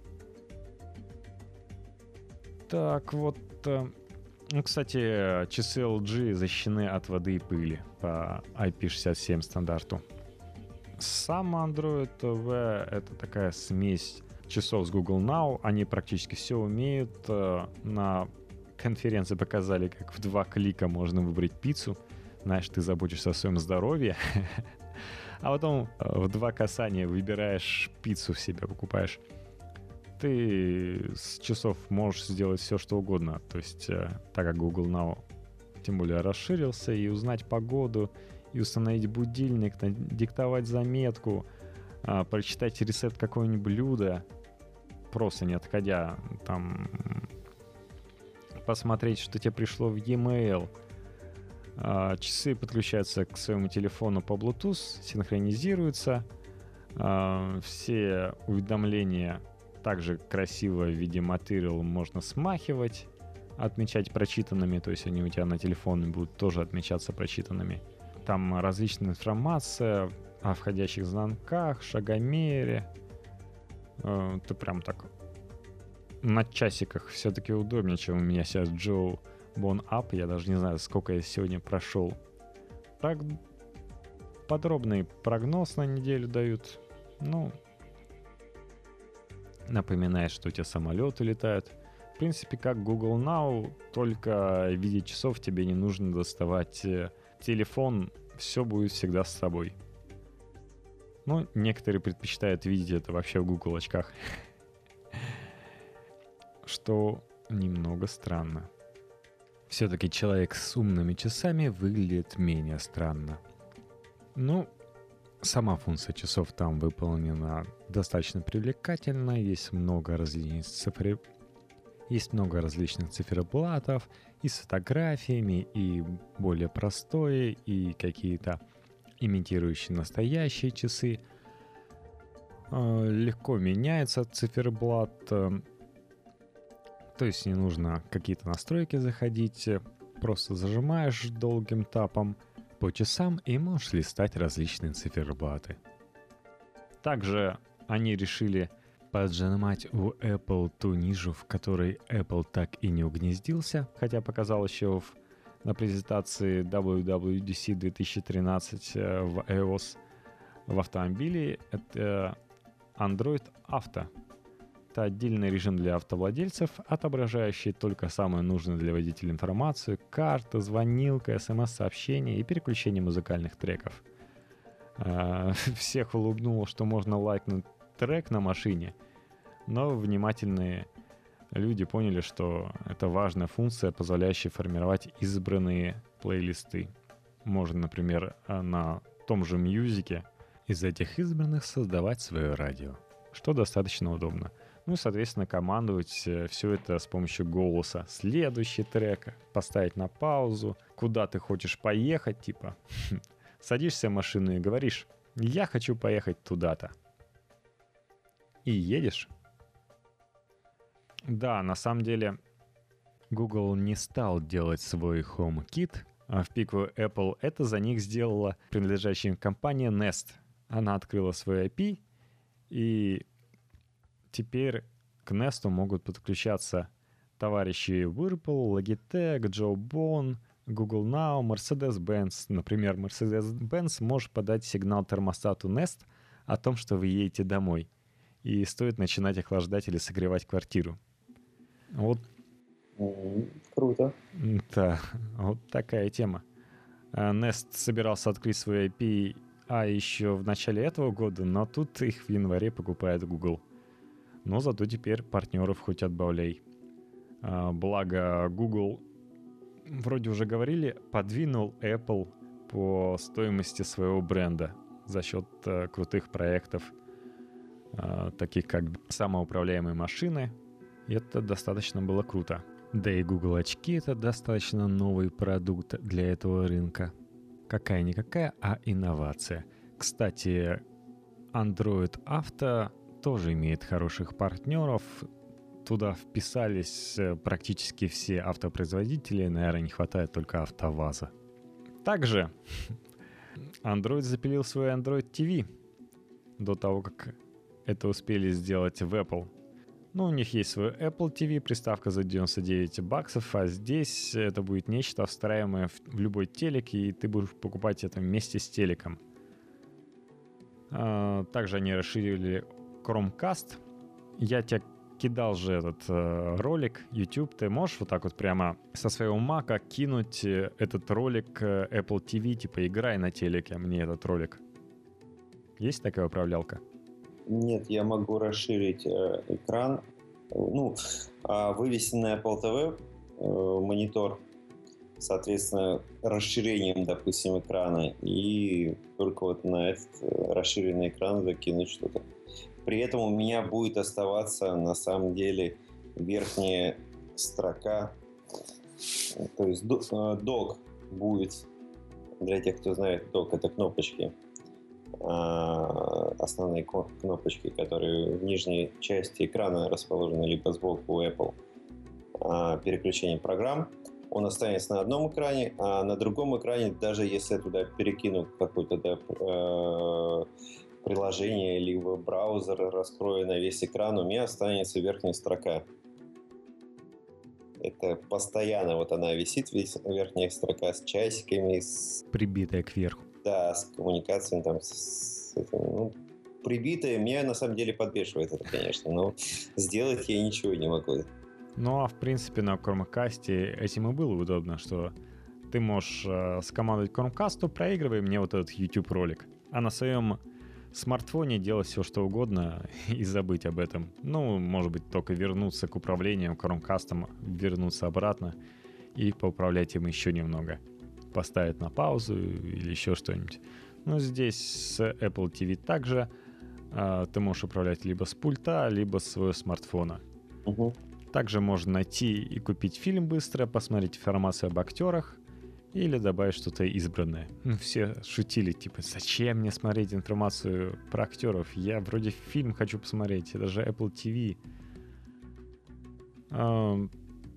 Так вот, э, ну, кстати, часы эл джи защищены от воды и пыли по ай пи шестьдесят семь стандарту. Сам Android ти ви — это такая смесь часов с Google Now. Они практически все умеют. На конференции показали, как в два клика можно выбрать пиццу. Знаешь, ты заботишься о своем здоровье, а потом в два касания выбираешь пиццу, себе покупаешь. Ты с часов можешь сделать все, что угодно. То есть, так как Google Now тем более расширился, и узнать погоду, и установить будильник, диктовать заметку, прочитать рецепт какого-нибудь блюда, просто не отходя, там, посмотреть, что тебе пришло в e-mail. Часы подключаются к своему телефону по Bluetooth, синхронизируются. Все уведомления также красиво в виде Material можно смахивать, отмечать прочитанными, то есть они у тебя на телефоне будут тоже отмечаться прочитанными. Там различная информация о входящих звонках, шагомере. Ты прям так на часиках все-таки удобнее, чем у меня сейчас Joe Bon Up. Я даже не знаю, сколько я сегодня прошел. Прог... Подробный прогноз на неделю дают. Ну, напоминает, что у тебя самолеты летают. В принципе, как Google Now, только в виде часов тебе не нужно доставать телефон, все будет всегда с собой. Но некоторые предпочитают видеть это вообще в Google очках. Что немного странно. Все-таки человек с умными часами выглядит менее странно. Ну, сама функция часов там выполнена достаточно привлекательно. Есть много различных цифр... Есть много различных циферблатов и с фотографиями, и более простые, и какие-то имитирующие настоящие часы. Легко меняется циферблат. То есть не нужно какие-то настройки заходить. Просто зажимаешь долгим тапом по часам и можешь листать различные циферблаты. Также они решили поджимать у Apple ту нишу, в которой Apple так и не угнездился, хотя показал еще в, на презентации дабл ю дабл ю ди си две тысячи тринадцать в iOS в автомобиле. Это Android Auto. Это отдельный режим для автовладельцев, отображающий только самую нужную для водителя информацию: карта, звонилка, смс-сообщения и переключение музыкальных треков. Всех улыбнуло, что можно лайкнуть трек на машине, но внимательные люди поняли, что это важная функция, позволяющая формировать избранные плейлисты. Можно, например, на том же Мьюзике из этих избранных создавать свое радио, что достаточно удобно. Ну и, соответственно, командовать все это с помощью голоса. Следующий трек, поставить на паузу, куда ты хочешь поехать, типа садишься в машину и говоришь: «Я хочу поехать туда-то». И едешь. Да, на самом деле Google не стал делать свой HomeKit, а в пику Apple это за них сделала принадлежащая им компания Nest. Она открыла свой ай пи, и теперь к Nest могут подключаться товарищи Whirlpool, Logitech, Jawbone, Google Now, Mercedes-Benz. Например, Mercedes-Benz может подать сигнал термостату Nest о том, что вы едете домой, и стоит начинать охлаждать или согревать квартиру. Вот. Mm-hmm. Круто. Да, вот такая тема. Nest собирался открыть свой ай пи а еще в начале этого года, но тут их в январе покупает Google. Но зато теперь партнеров хоть отбавляй. Благо Google, вроде уже говорили, подвинул Apple по стоимости своего бренда за счет uh, крутых проектов, uh, таких как самоуправляемые машины. И это достаточно было круто. Да и Google очки — это достаточно новый продукт для этого рынка. Какая-никакая, а инновация. Кстати, Android Auto тоже имеет хороших партнеров. туда вписались практически все автопроизводители, наверное, не хватает только АвтоВАЗа. Также Android запилил свой Android ти ви до того, как это успели сделать в Apple. Ну, у них есть свой Apple ти ви, приставка за девяносто девять баксов, а здесь это будет нечто встраиваемое в любой телек, и ты будешь покупать это вместе с телеком. Также они расширили Chromecast. Я тебе кидал же этот э, ролик, YouTube. Ты можешь вот так вот прямо со своего Mac кинуть этот ролик Apple ти ви, типа играй на телеке мне этот ролик? Есть такая управлялка? Нет, я могу расширить э, экран, ну, э, вывести на Apple ти ви э, монитор, соответственно, расширением, допустим, экрана, и только вот на этот э, расширенный экран закинуть что-то. При этом у меня будет оставаться, на самом деле, верхняя строка, то есть док будет, для тех, кто знает, док — это кнопочки, основные кнопочки, которые в нижней части экрана расположены либо сбоку у Apple, переключение программ. Он останется на одном экране, а на другом экране, даже если я туда перекину какой-то да, приложение, либо браузер, раскрою на весь экран, у меня останется верхняя строка. Это постоянно вот она висит, верхняя строка с часиками. С... Прибитая кверху. Да, с коммуникацией там, с этим, ну, прибитая. Меня на самом деле подбешивает это, конечно, но сделать я ничего не могу. Ну, а в принципе на Chromecast этим и было удобно, что ты можешь э, скомандовать Chromecast, проигрывай мне вот этот YouTube ролик, а на своем смартфоне делать все, что угодно и забыть об этом. Ну, может быть, только вернуться к управлению Chromecast, вернуться обратно и поуправлять им еще немного. Поставить на паузу или еще что-нибудь. Но здесь с Apple ти ви также э, ты можешь управлять либо с пульта, либо с своего смартфона. Угу. Также можно найти и купить фильм быстро, посмотреть информацию об актерах или добавить что-то избранное. Все шутили, типа, зачем мне смотреть информацию про актеров? Я вроде фильм хочу посмотреть, это же Apple ти ви. По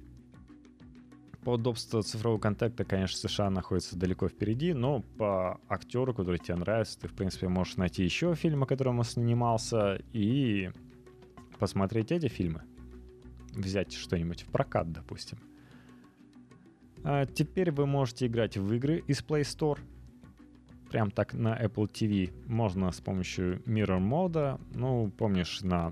удобству цифрового контакта, конечно, США находится далеко впереди, но по актеру, который тебе нравится, ты, в принципе, можешь найти еще фильмы, которым он снимался, и посмотреть эти фильмы. Взять что-нибудь в прокат, допустим. А теперь вы можете играть в игры из Play Store. Прям так на Apple ти ви. Можно с помощью Mirror мода. Ну, помнишь, на...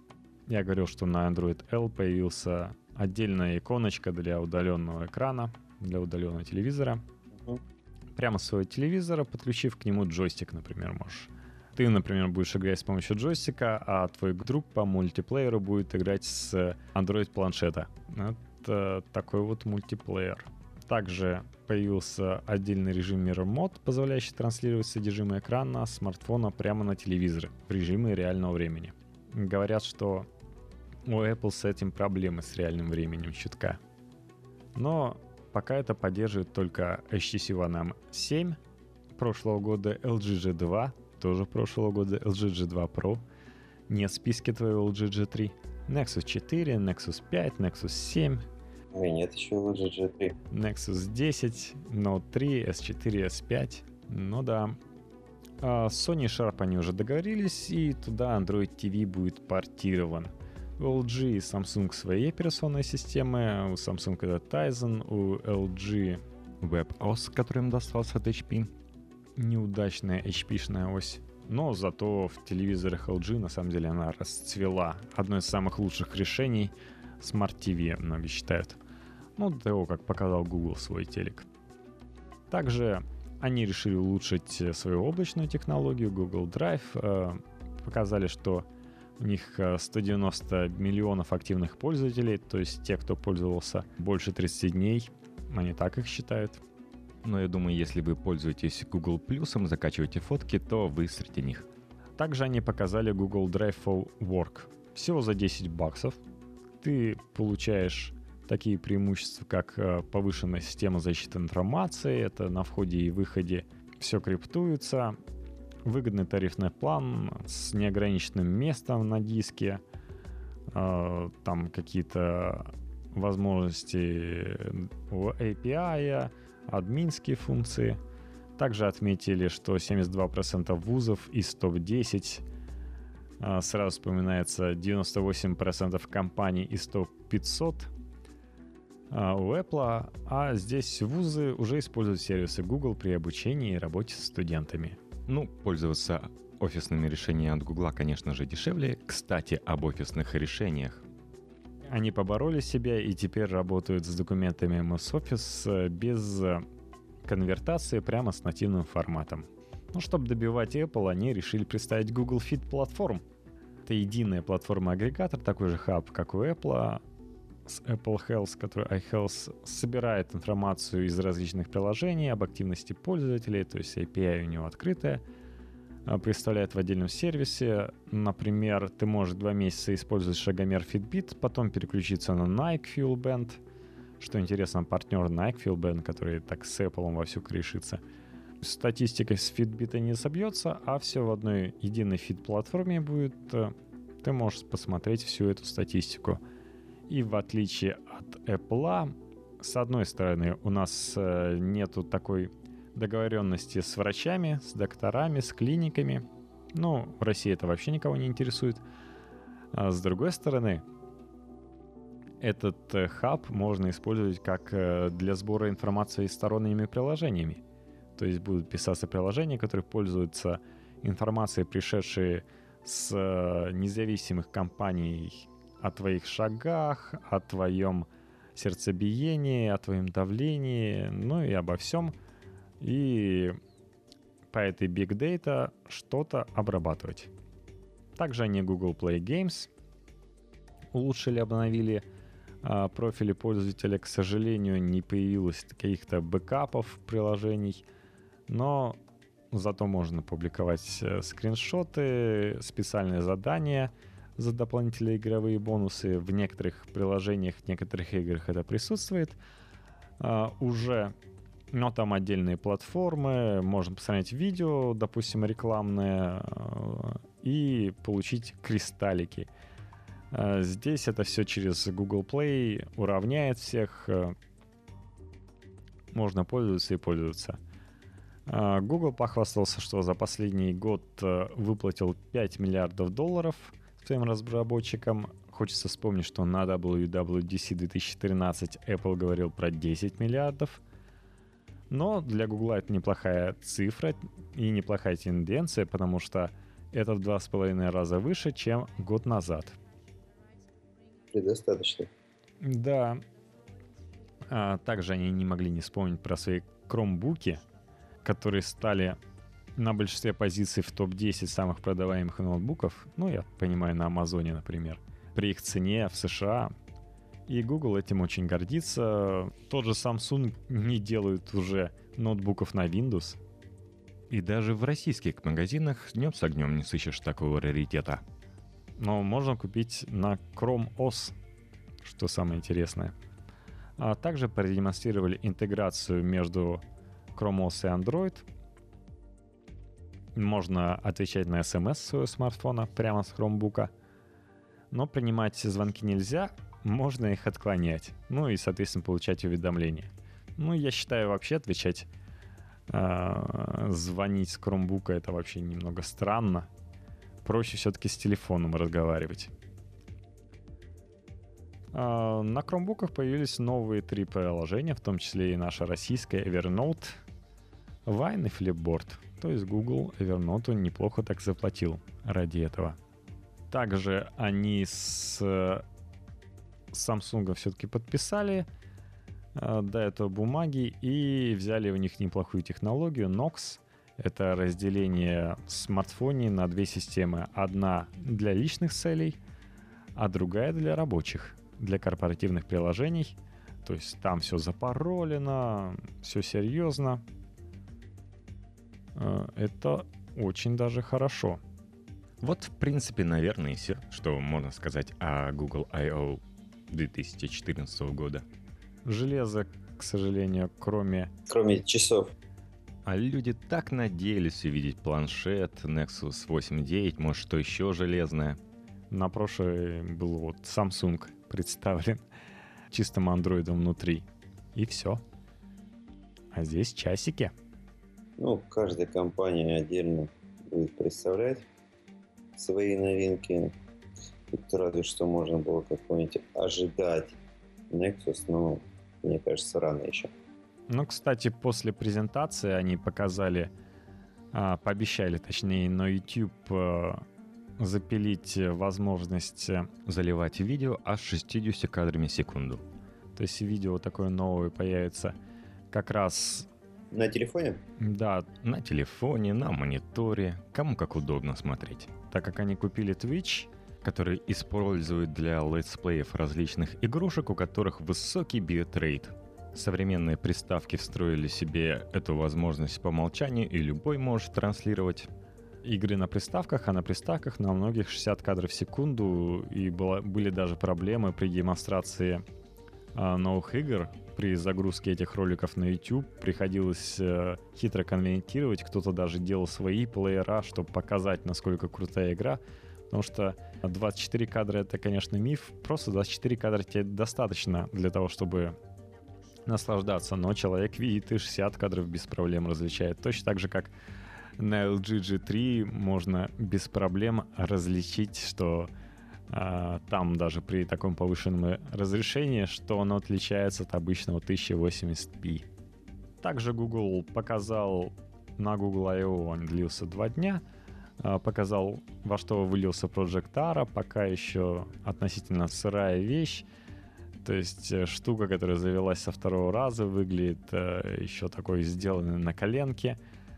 я говорил, что на Android L появился отдельная иконочка для удаленного экрана, для удаленного телевизора. Uh-huh. Прямо с своего телевизора, подключив к нему джойстик, например, можешь. Ты, например, будешь играть с помощью джойстика, а твой друг по мультиплееру будет играть с Android-планшета. Это такой вот мультиплеер. Также появился отдельный режим Mirror Mode, позволяющий транслировать содержимое экрана смартфона прямо на телевизор в режиме реального времени. Говорят, что у Apple с этим проблемы с реальным временем чутка. Но пока это поддерживает только эйч ти си One эм семь прошлого года, эл джи джи два тоже прошлого года, эл джи джи два Pro, нет в списке твоего эл джи джи три, Nexus четыре, Nexus пять, Nexus семь. У меня нет еще эл джи джи три. Nexus десять, Note три, эс четыре, эс пять. Ну да. А Sony и Sharp они уже договорились, и туда Android ти ви будет портирован. У эл джи и Samsung свои операционные системы, у Samsung это Tizen, у эл джи WebOS, который им достался от эйч пи. Неудачная эйч пи-шная ось. Но зато в телевизорах эл джи на самом деле она расцвела. Одно из самых лучших решений Smart ти ви, многие считают. Ну, до того, как показал Google свой телек. Также они решили улучшить свою облачную технологию Google Drive. Э, показали, что у них сто девяносто миллионов активных пользователей, то есть те, кто пользовался больше тридцать дней, они так их считают. Но я думаю, если вы пользуетесь Google Плюсом, закачиваете фотки, то вы среди них. Также они показали Google Drive for Work. Всего за десять баксов ты получаешь такие преимущества, как повышенная система защиты информации, это на входе и выходе все криптуется, выгодный тарифный план с неограниченным местом на диске, там какие-то возможности у эй пи ай, админские функции. Также отметили, что семьдесят два процента вузов из топ десять, сразу вспоминается девяносто восемь процентов компаний из топ пятьсот у Apple, а здесь вузы уже используют сервисы Google при обучении и работе с студентами. Ну, пользоваться офисными решениями от Google, конечно же, дешевле. Кстати, об офисных решениях. Они побороли себя и теперь работают с документами эм эс Office без конвертации прямо с нативным форматом. Ну, чтобы добивать Apple, они решили представить Google Fit Platform. Это единая платформа-агрегатор, такой же хаб, как у Apple, с Apple Health, который iHealth собирает информацию из различных приложений об активности пользователей, то есть эй пи ай у него открытая, представляет в отдельном сервисе. Например, ты можешь два месяца использовать шагомер Fitbit, потом переключиться на Nike Fuel Band. Что интересно, партнер Nike Fuel Band, который так с Apple вовсю корешится. Статистика с Fitbit не собьется, а все в одной единой фит-платформе будет. Ты можешь посмотреть всю эту статистику. И в отличие от Apple, с одной стороны, у нас нету такой договоренности с врачами, с докторами, с клиниками. Ну, в России это вообще никого не интересует. А с другой стороны, этот хаб можно использовать как для сбора информации сторонними приложениями. То есть будут писаться приложения, которые пользуются информацией, пришедшей с независимых компаний о твоих шагах, о твоем сердцебиении, о твоем давлении, ну и обо всем. И по этой Big Data что-то обрабатывать. Также они Google Play Games улучшили, обновили а, профили пользователя. К сожалению, не появилось каких-то бэкапов приложений, но зато можно публиковать скриншоты, специальные задания за дополнительные игровые бонусы. В некоторых приложениях, в некоторых играх это присутствует а, уже. Но там отдельные платформы, можно посмотреть видео, допустим, рекламное, и получить кристаллики. Здесь это все через Google Play уравняет всех. Можно пользоваться и пользоваться. Google похвастался, что за последний год выплатил пять миллиардов долларов своим разработчикам. Хочется вспомнить, что на дабл ю дабл ю ди си две тысячи тринадцать Apple говорил про десять миллиардов. Но для Google это неплохая цифра и неплохая тенденция, потому что это в два с половиной раза выше, чем год назад. Предостаточно. Да. А также они не могли не вспомнить про свои Chromebook'и, которые стали на большинстве позиций в топ десять самых продаваемых ноутбуков. Ну, я понимаю, на Амазоне, например. При их цене в США. И Google этим очень гордится. Тот же Samsung не делает уже ноутбуков на Windows. И даже в российских магазинах днем с огнем не сыщешь такого раритета. Но можно купить на Chrome о эс, что самое интересное. А также продемонстрировали интеграцию между Chrome о эс и Android. Можно отвечать на эс эм эс своего смартфона прямо с Chromebook'а. Но принимать звонки нельзя. Можно их отклонять. Ну и, соответственно, получать уведомления. Ну, я считаю, вообще отвечать, э, звонить с Chromebook'а — это вообще немного странно. Проще все-таки с телефоном разговаривать. Э, на Chromebook'ах появились новые три приложения, в том числе и наша российская Evernote, Wine и Flipboard. То есть Google Evernote неплохо так заплатил ради этого. Также они с Samsung все-таки подписали э, до этого бумаги и взяли у них неплохую технологию Knox. Это разделение смартфонов на две системы. Одна для личных целей, а другая для рабочих, для корпоративных приложений. То есть там все запаролено, все серьезно. Э, это очень даже хорошо. Вот, в принципе, наверное, и все, что можно сказать о Google I O две тысячи четырнадцатого года. Железо, к сожалению, кроме... Кроме часов. А люди так надеялись увидеть планшет Nexus восемь девять, может, что еще железное. На прошлой был вот Samsung представлен чистым андроидом внутри. И все. А здесь часики. Ну, каждая компания отдельно будет представлять свои новинки. Тут разве что можно было какой-нибудь ожидать Nexus, но мне кажется, рано еще. Ну, кстати, после презентации они показали, а, пообещали, точнее, на YouTube а, запилить возможность Заливать видео аж шестьдесят кадрами в секунду. То есть видео такое новое появится как раз... На телефоне? Да, На телефоне, на мониторе, кому как удобно смотреть. так как они купили Twitch, Который используют для летсплеев различных игрушек, у которых высокий битрейт. Современные приставки встроили себе эту возможность по умолчанию, и любой может транслировать. игры на приставках, а на приставках на многих шестьдесят кадров в секунду, и было, были даже проблемы при демонстрации а, новых игр. При загрузке этих роликов на YouTube приходилось э, хитро конвертировать, кто-то даже делал свои плеера, чтобы показать, насколько крутая игра, потому что двадцать четыре кадра — это, конечно, миф, просто двадцать четыре кадра тебе достаточно для того, чтобы наслаждаться, но человек видит и шестьдесят кадров без проблем различает, точно так же, как на эл джи джи три можно без проблем различить, что а, там даже при таком повышенном разрешении, что оно отличается от обычного тысяча восемьдесят пи. Также Google показал на Google I O, он длился два дня, а, показал, во что вылился Project Ara, пока еще относительно сырая вещь. То есть э, штука, которая завелась со второго раза, выглядит э, еще такой сделанной на коленке.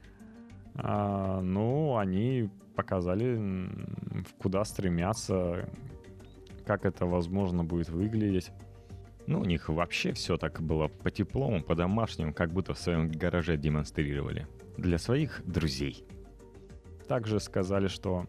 А, ну, они показали, м, куда стремятся, как это возможно будет выглядеть. Ну, у них вообще все так было по-теплому, по-домашнему, как будто в своем гараже демонстрировали. Для своих друзей. Также сказали, что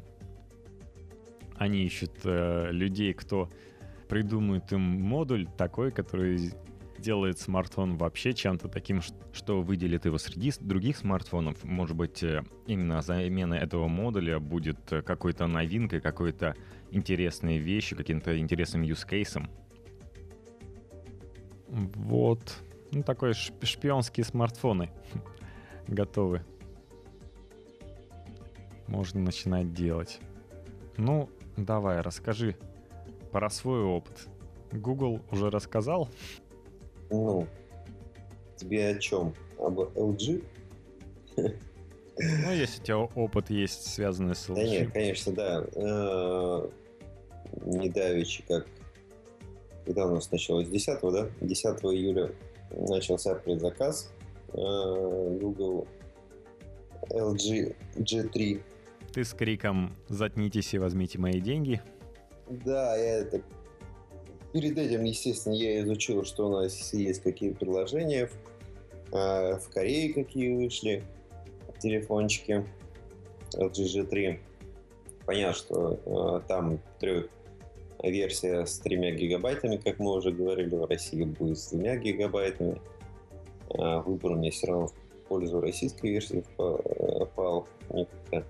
они ищут э, людей, кто придумает им модуль такой, который делает смартфон вообще чем-то таким, ш- Что выделит его среди с- других смартфонов. Может быть, э, именно замена этого модуля будет э, какой-то новинкой, какой-то интересной вещью, каким-то интересным юзкейсом. вот, ну, такой шп- шпионские смартфоны готовы. Можно начинать делать. Ну, давай, расскажи про свой опыт. Google уже рассказал. Ну, тебе о чем? Об эл джи? Ну, если у тебя опыт есть, связанный с Да эл джи. нет, конечно, да. Э, Не давеча, как... Когда у нас началось? десятого, да? десятого июля начался предзаказ э, Google эл джи джи три. Ты с криком «Заткнитесь и возьмите мои деньги». Да, я это... Перед этим, естественно, я изучил, что у нас есть, какие предложения. В, в Корее какие вышли телефончики эл джи джи три. Понятно, что э, там трех версия с тремя гигабайтами, как мы уже говорили, в России будет с двумя гигабайтами. Э, выбор у меня все равно в пользу российской версии впал. впал. Мне как-то...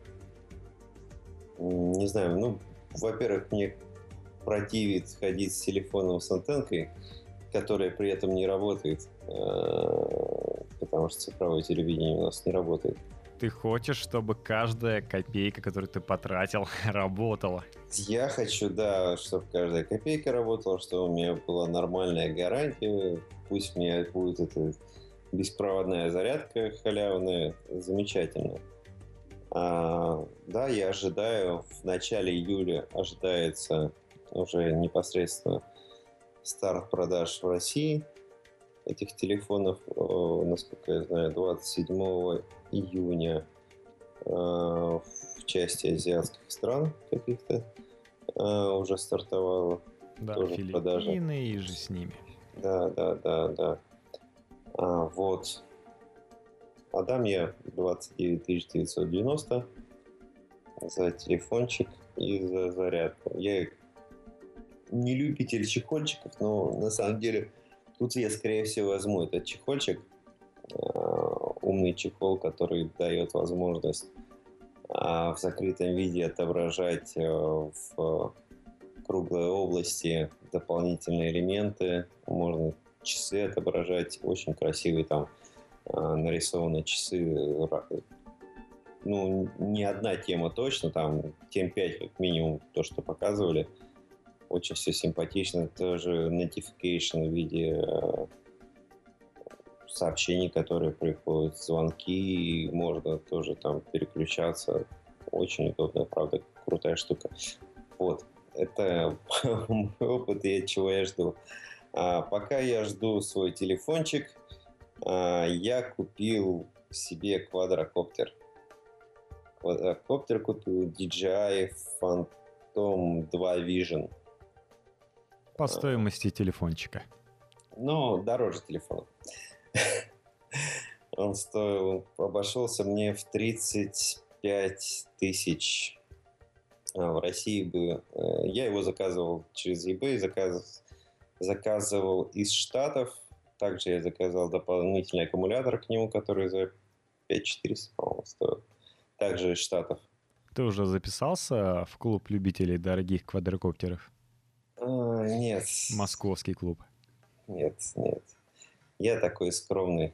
Не знаю, ну, во-первых, мне противит ходить с телефоном с антенкой, которая при этом не работает, потому что цифровое телевидение у нас не работает. Ты хочешь, чтобы каждая копейка, которую ты потратил, работала. Я хочу, да, чтобы каждая копейка работала, чтобы у меня была нормальная гарантия, пусть у меня будет эта беспроводная зарядка халявная, замечательно. А, да, я ожидаю, в начале июля ожидается уже непосредственно старт продаж в России этих телефонов, насколько я знаю, двадцать седьмого июня в части азиатских стран каких-то уже стартовало. Да, тоже Филиппины продажа. И же с ними. Да, да, да, да. А, вот. Отдам я двадцать девять тысяч девятьсот девяносто за телефончик и за зарядку. Я не любитель чехольчиков, но на самом деле тут я, скорее всего, возьму этот чехольчик. Умный чехол, который дает возможность в закрытом виде отображать в круглой области, дополнительные элементы, можно часы отображать, очень красивые там нарисованы часы. Ну, не одна тема точно, там тем пять как минимум, то, что показывали. Очень все симпатично. Тоже notification в виде сообщений, которые приходят, звонки, можно тоже там переключаться. Очень удобно, правда, крутая штука. Вот, это мой опыт и от чего я жду. А пока я жду свой телефончик, а, я купил себе квадрокоптер. Квадрокоптер купил ди джей ай Phantom два Vision. По стоимости телефончика. Ну, дороже телефона. Он стоил, обошелся мне в тридцать пять тысяч. А в России бы... Я его заказывал через eBay, заказ, заказывал из Штатов. Также я заказал дополнительный аккумулятор к нему, который за пять тысяч четыреста, по-моему, стоил. Также из Штатов. Ты уже записался в клуб любителей дорогих квадрокоптеров? А, нет. Московский клуб. Нет, нет. Я такой скромный.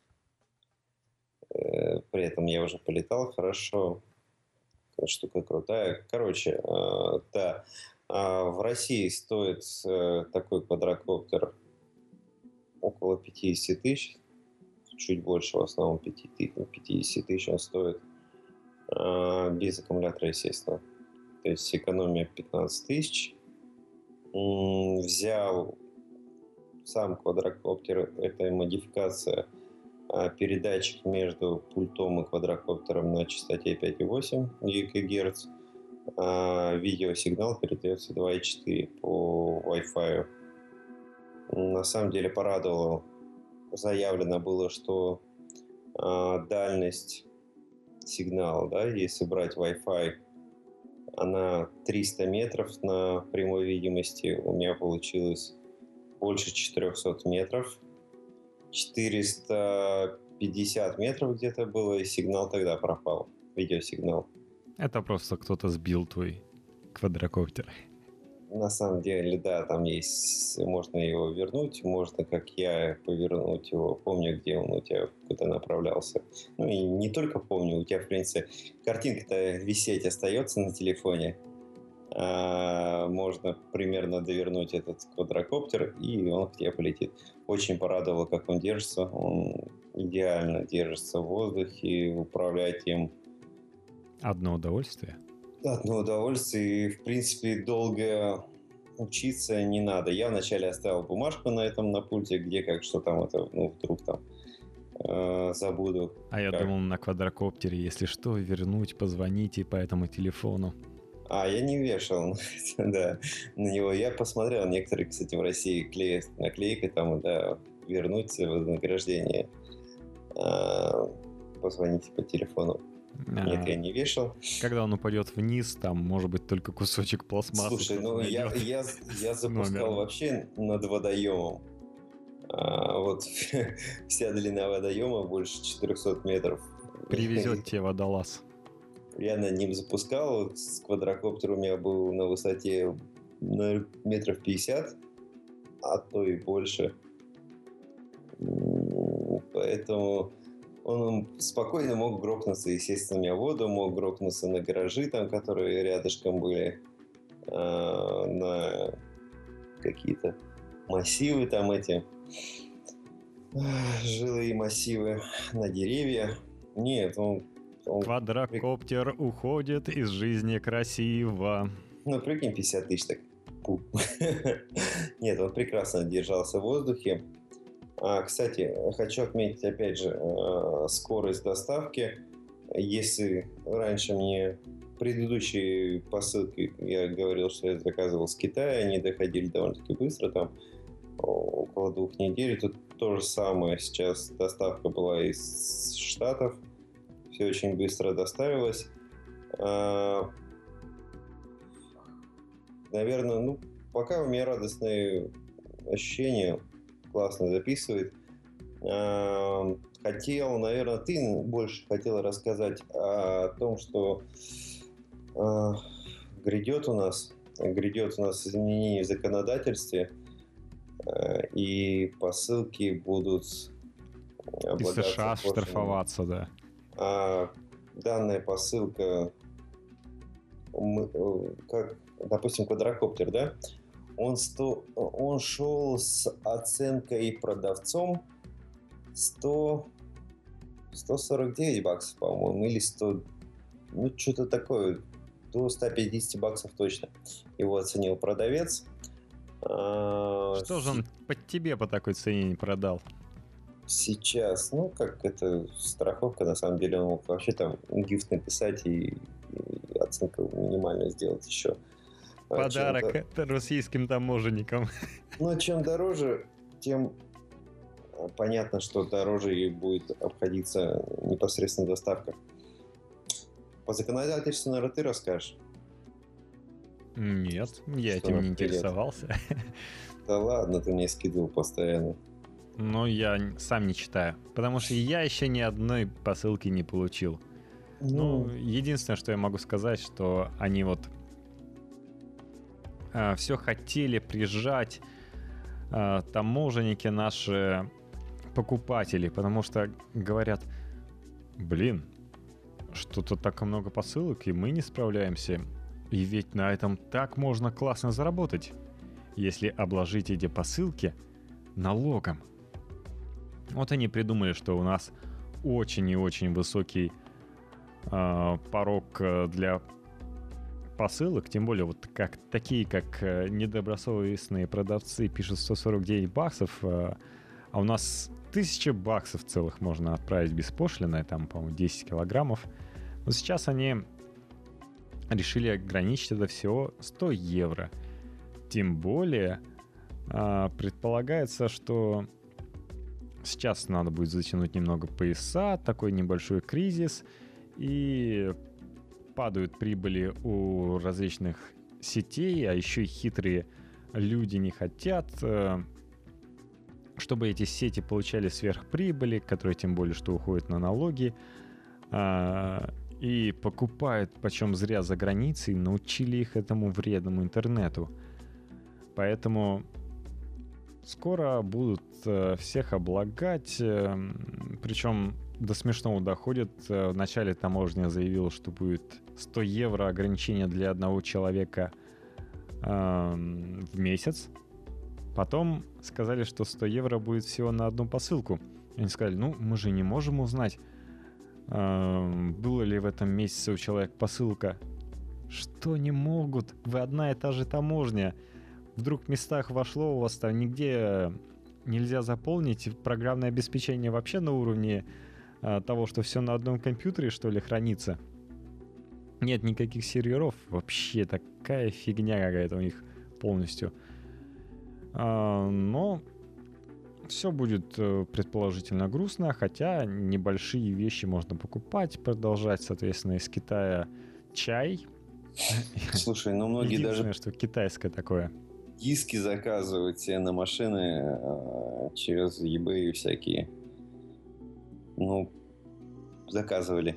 При этом я уже полетал хорошо. Штука крутая. Короче, да. В России стоит такой квадрокоптер около пятьдесят тысяч. Чуть больше, в основном пятьдесят тысяч он стоит. Без аккумулятора, естественно. То есть экономия пятнадцать тысяч. Взял сам квадрокоптер. Это модификация, передатчик между пультом и квадрокоптером на частоте пять и восемь ГГц. Видеосигнал передается два и четыре по Wi-Fi. На самом деле порадовало. Заявлено было, что дальность сигнала, да, если брать Wi-Fi, она триста метров на прямой видимости. У меня получилось больше четыреста метров. четыреста пятьдесят метров где-то было, и сигнал тогда пропал. Видеосигнал. Это просто кто-то сбил твой квадрокоптер. На самом деле, да, там есть... Можно его вернуть, можно, как я, повернуть его. Помню, где он у тебя, куда направлялся. Ну и не только помню, у тебя, в принципе, картинка-то висеть остается на телефоне. А, можно примерно довернуть этот квадрокоптер, и он к тебе полетит. Очень порадовало, как он держится. Он идеально держится в воздухе, управлять им. Одно удовольствие. Одно удовольствие. И, в принципе, долго учиться не надо. Я вначале оставил бумажку на этом, на пульте, где как, что там это, ну, вдруг там э, забуду. А я как. думал, на квадрокоптере, если что, вернуть, позвоните по этому телефону. А, я не вешал, да, на него. Я посмотрел, некоторые, кстати, в России клеят наклейкой, там, да, вернуть вознаграждение. А, позвоните по телефону. А, Нет, я не вешал. Когда он упадет вниз, там может быть только кусочек пластмассы. Слушай, ну я, я, я запускал вообще над водоемом. А, вот вся длина водоема больше четырехсот метров. Привезет тебе водолаз. Я над ним запускал. С квадрокоптер у меня был на высоте на метров пятьдесят, а то и больше. Поэтому он спокойно мог грохнуться, естественно, у меня в воду, мог грохнуться на гаражи, там, которые рядышком были, э, на какие-то массивы там эти, жилые массивы, на деревья. Нет, он... он Квадрокоптер при... уходит из жизни красиво. Ну, прикинь, пятьдесят тысяч так. Нет, он прекрасно держался в воздухе. А, кстати, хочу отметить, опять же, скорость доставки. Если раньше мне предыдущие посылки, я говорил, что я заказывал с Китая, они доходили довольно-таки быстро, там около двух недель. Тут то же самое. Сейчас доставка была из Штатов. Все очень быстро доставилось. Наверное, ну, пока у меня радостные ощущения. Классно записывает. Хотел, наверное, ты больше хотел рассказать о том, что грядет у нас. грядет у нас изменение в законодательстве, и посылки будут облагаться. И США штрафоваться, да. А данная посылка, как, допустим, квадрокоптер, да, он, сто, он шел с оценкой продавцом сто, сто сорок девять баксов, по-моему, или сто, ну, что-то такое, до ста пятидесяти баксов точно. Его оценил продавец. Что же он под тебе по такой цене не продал? Сейчас, ну, как это страховка, на самом деле, он мог вообще там гифт написать и, и оценку минимально сделать еще. Подарок чем-то... российским таможенникам. Ну, чем дороже, тем понятно, что дороже и будет обходиться непосредственно доставка. По законодательству, наверное, ты расскажешь? Нет, я что этим не интересовался. Да ладно, ты мне скидывал постоянно. Ну, я сам не читаю, потому что я еще ни одной посылки не получил. Ну, ну единственное, что я могу сказать, что они вот э, все хотели прижать э, таможенники наши покупатели, потому что говорят, блин, что-то так много посылок, и мы не справляемся. И ведь на этом так можно классно заработать, если обложить эти посылки налогом. Вот они придумали, что у нас очень и очень высокий э, порог для посылок, тем более вот как, такие, как э, недобросовестные продавцы пишут сто сорок девять баксов, э, а у нас тысяча баксов целых можно отправить беспошлино, там, по-моему, десять килограммов. Но сейчас они решили ограничить это всего сто евро. Тем более э, предполагается, что сейчас надо будет затянуть немного пояса, такой небольшой кризис, и падают прибыли у различных сетей, а еще и хитрые люди не хотят, э, чтобы эти сети получали сверхприбыли, которые тем более что уходят на налоги, э, и покупают почем зря за границей, научили их этому вредному интернету. Поэтому скоро будут э, всех облагать, э, причем до смешного доходит. Э, вначале таможня заявила, что будет сто евро ограничения для одного человека э, в месяц. Потом сказали, что сто евро будет всего на одну посылку. Они сказали, ну, мы же не можем узнать, э, было ли в этом месяце у человека посылка. Что не могут? Вы одна и та же таможня. Вдруг в местах вошло, у вас там нигде нельзя заполнить, программное обеспечение вообще на уровне а, того, что все на одном компьютере, что ли, хранится. Нет никаких серверов, вообще такая фигня какая-то у них полностью. А, но все будет предположительно грустно, хотя небольшие вещи можно покупать, продолжать, соответственно, из Китая чай. Слушай, ну многие даже... Единственное, что китайское такое. Диски заказывают себе на машины э, через eBay всякие. Ну, заказывали.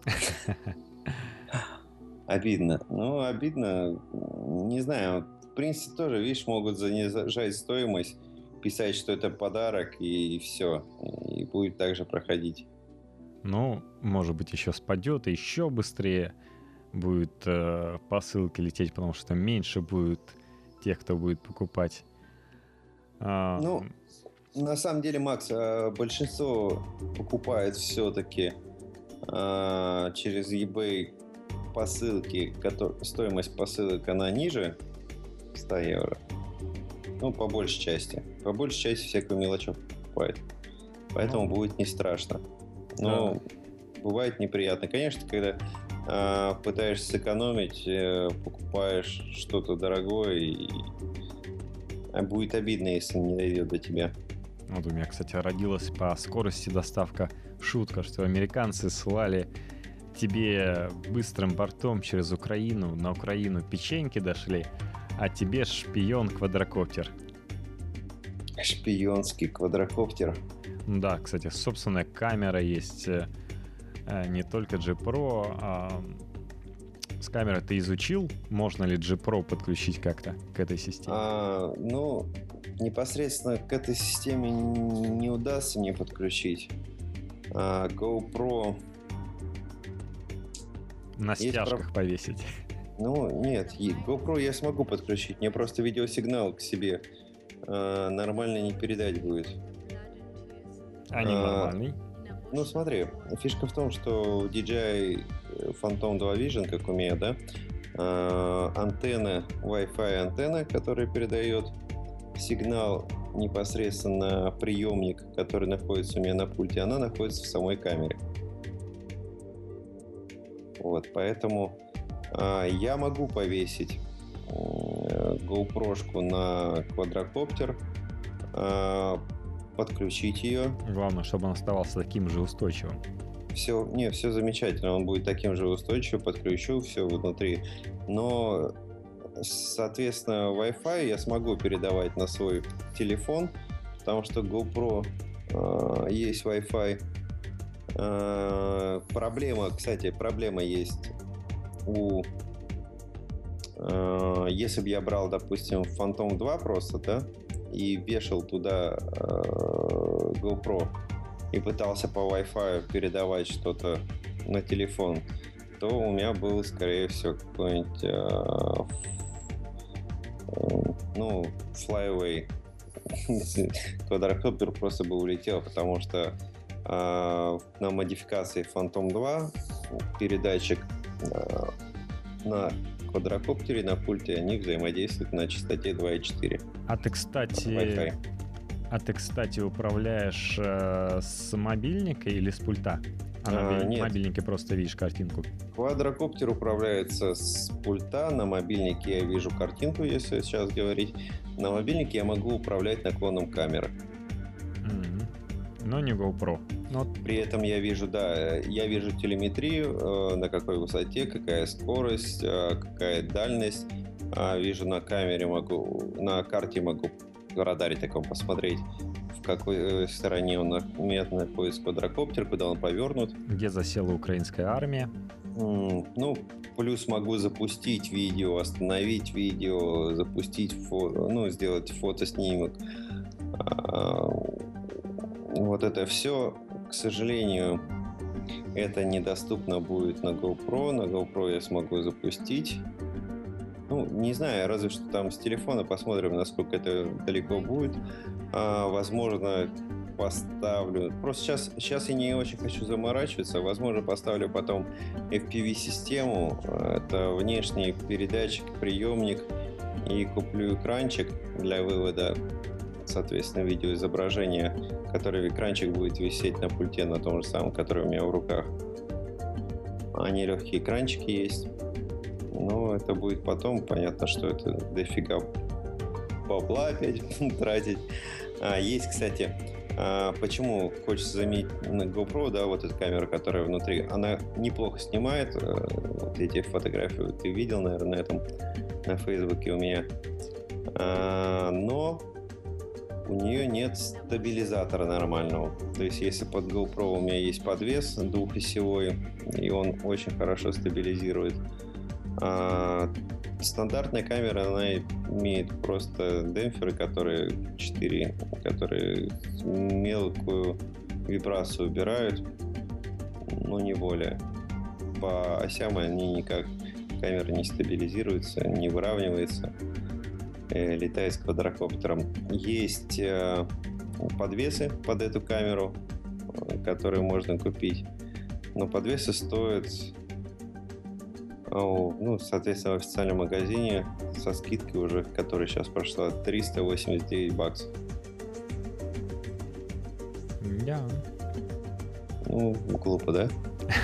Обидно. Ну, обидно. Не знаю. В принципе, тоже, видишь, могут занижать стоимость, писать, что это подарок, и все. И будет также проходить. Ну, может быть, еще спадет, и еще быстрее будет э, посылки лететь, потому что меньше будет тех, кто будет покупать. А... Ну, на самом деле, Макс, большинство покупает все-таки а, через eBay посылки, которые, стоимость посылок, она ниже ста евро. Ну, по большей части. По большей части всякую мелочевку покупает. Поэтому ну, будет не страшно. Но да. Бывает неприятно. Конечно, когда а, пытаешься сэкономить, э, покупаешь что-то дорогое, и а будет обидно, если не дойдет до тебя. Вот у меня, кстати, родилась по скорости доставка шутка, что американцы слали тебе быстрым бортом через Украину, на Украину печеньки дошли, а тебе шпион-квадрокоптер. Шпионский квадрокоптер. Да, кстати, собственная камера есть, не только джи про, а с камерой ты изучил? Можно ли джи про подключить как-то к этой системе? А, ну, непосредственно к этой системе не удастся мне подключить. А, GoPro... На стяжках про... повесить. Ну, нет, GoPro я смогу подключить. Мне просто видеосигнал к себе а, нормально не передать будет. А не нормальный? Ну, смотри, фишка в том, что ди джей ай Phantom два Vision, как у меня, да, э, антенна, Wi-Fi антенна, которая передает сигнал непосредственно на приемник, который находится у меня на пульте, она находится в самой камере. Вот, поэтому э, я могу повесить э, GoPro-шку на квадрокоптер, э, подключить ее. Главное, чтобы он оставался таким же устойчивым. Все, не, все замечательно, он будет таким же устойчивым, подключу все внутри. Но, соответственно, Wi-Fi я смогу передавать на свой телефон, потому что GoPro э, есть Wi-Fi. Э, проблема, кстати, проблема есть у... Э, если бы я брал, допустим, Phantom два просто, да, и вешал туда э, GoPro и пытался по Wi-Fi передавать что-то на телефон, то у меня был, скорее всего, какой-нибудь э, э, ну, flyaway. Квадрокоптер просто бы улетел, потому что э, на модификации Phantom два передатчик э, на квадрокоптере, на пульте, они взаимодействуют на частоте два и четыре. А ты, кстати, а ты, кстати, управляешь э, с мобильника или с пульта? А на а, мобиль... мобильнике просто видишь картинку? Квадрокоптер управляется с пульта, на мобильнике я вижу картинку, если сейчас говорить. На мобильнике я могу управлять наклоном камеры. Mm-hmm. Но не GoPro. Но... При этом я вижу, да, я вижу телеметрию, э, на какой высоте, какая скорость, э, какая дальность. Э, вижу на камере, могу, на карте могу в радаре таком посмотреть, в какой стороне он у меня находится квадрокоптер, куда он повернут. Где засела украинская армия. Mm, ну, плюс могу запустить видео, остановить видео, запустить фото, ну, сделать фотоснимок. А, вот это все, к сожалению, это недоступно будет на GoPro. На GoPro я смогу запустить. Ну, не знаю, разве что там с телефона посмотрим, насколько это далеко будет. А, возможно, поставлю... Просто сейчас, сейчас я не очень хочу заморачиваться. Возможно, поставлю потом эф пи ви-систему. Это внешний передатчик, приемник. И куплю экранчик для вывода, соответственно, видеоизображения, который экранчик будет висеть на пульте, на том же самом, который у меня в руках. Они легкие экранчики есть. Но это будет потом. Понятно, что это дофига бабла опять тратить. А, есть, кстати, а, почему хочется заметить на GoPro, да, вот эта камера, которая внутри, она неплохо снимает. Вот эти фотографии ты видел, наверное, на этом, на Фейсбуке у меня. А, но у нее нет стабилизатора нормального. То есть, если под GoPro у меня есть подвес двухосевой, и он очень хорошо стабилизирует. А, стандартная камера, она имеет просто демпферы, которые четыре, которые мелкую вибрацию убирают, но не более. По осям они никак, камера не стабилизируется, не выравнивается, э, летает с квадрокоптером. Есть э, подвесы под эту камеру, которые можно купить, но подвесы стоят, ну, соответственно, в официальном магазине со скидкой уже, которая сейчас прошла, триста восемьдесят девять баксов. Да. Ну, глупо, да?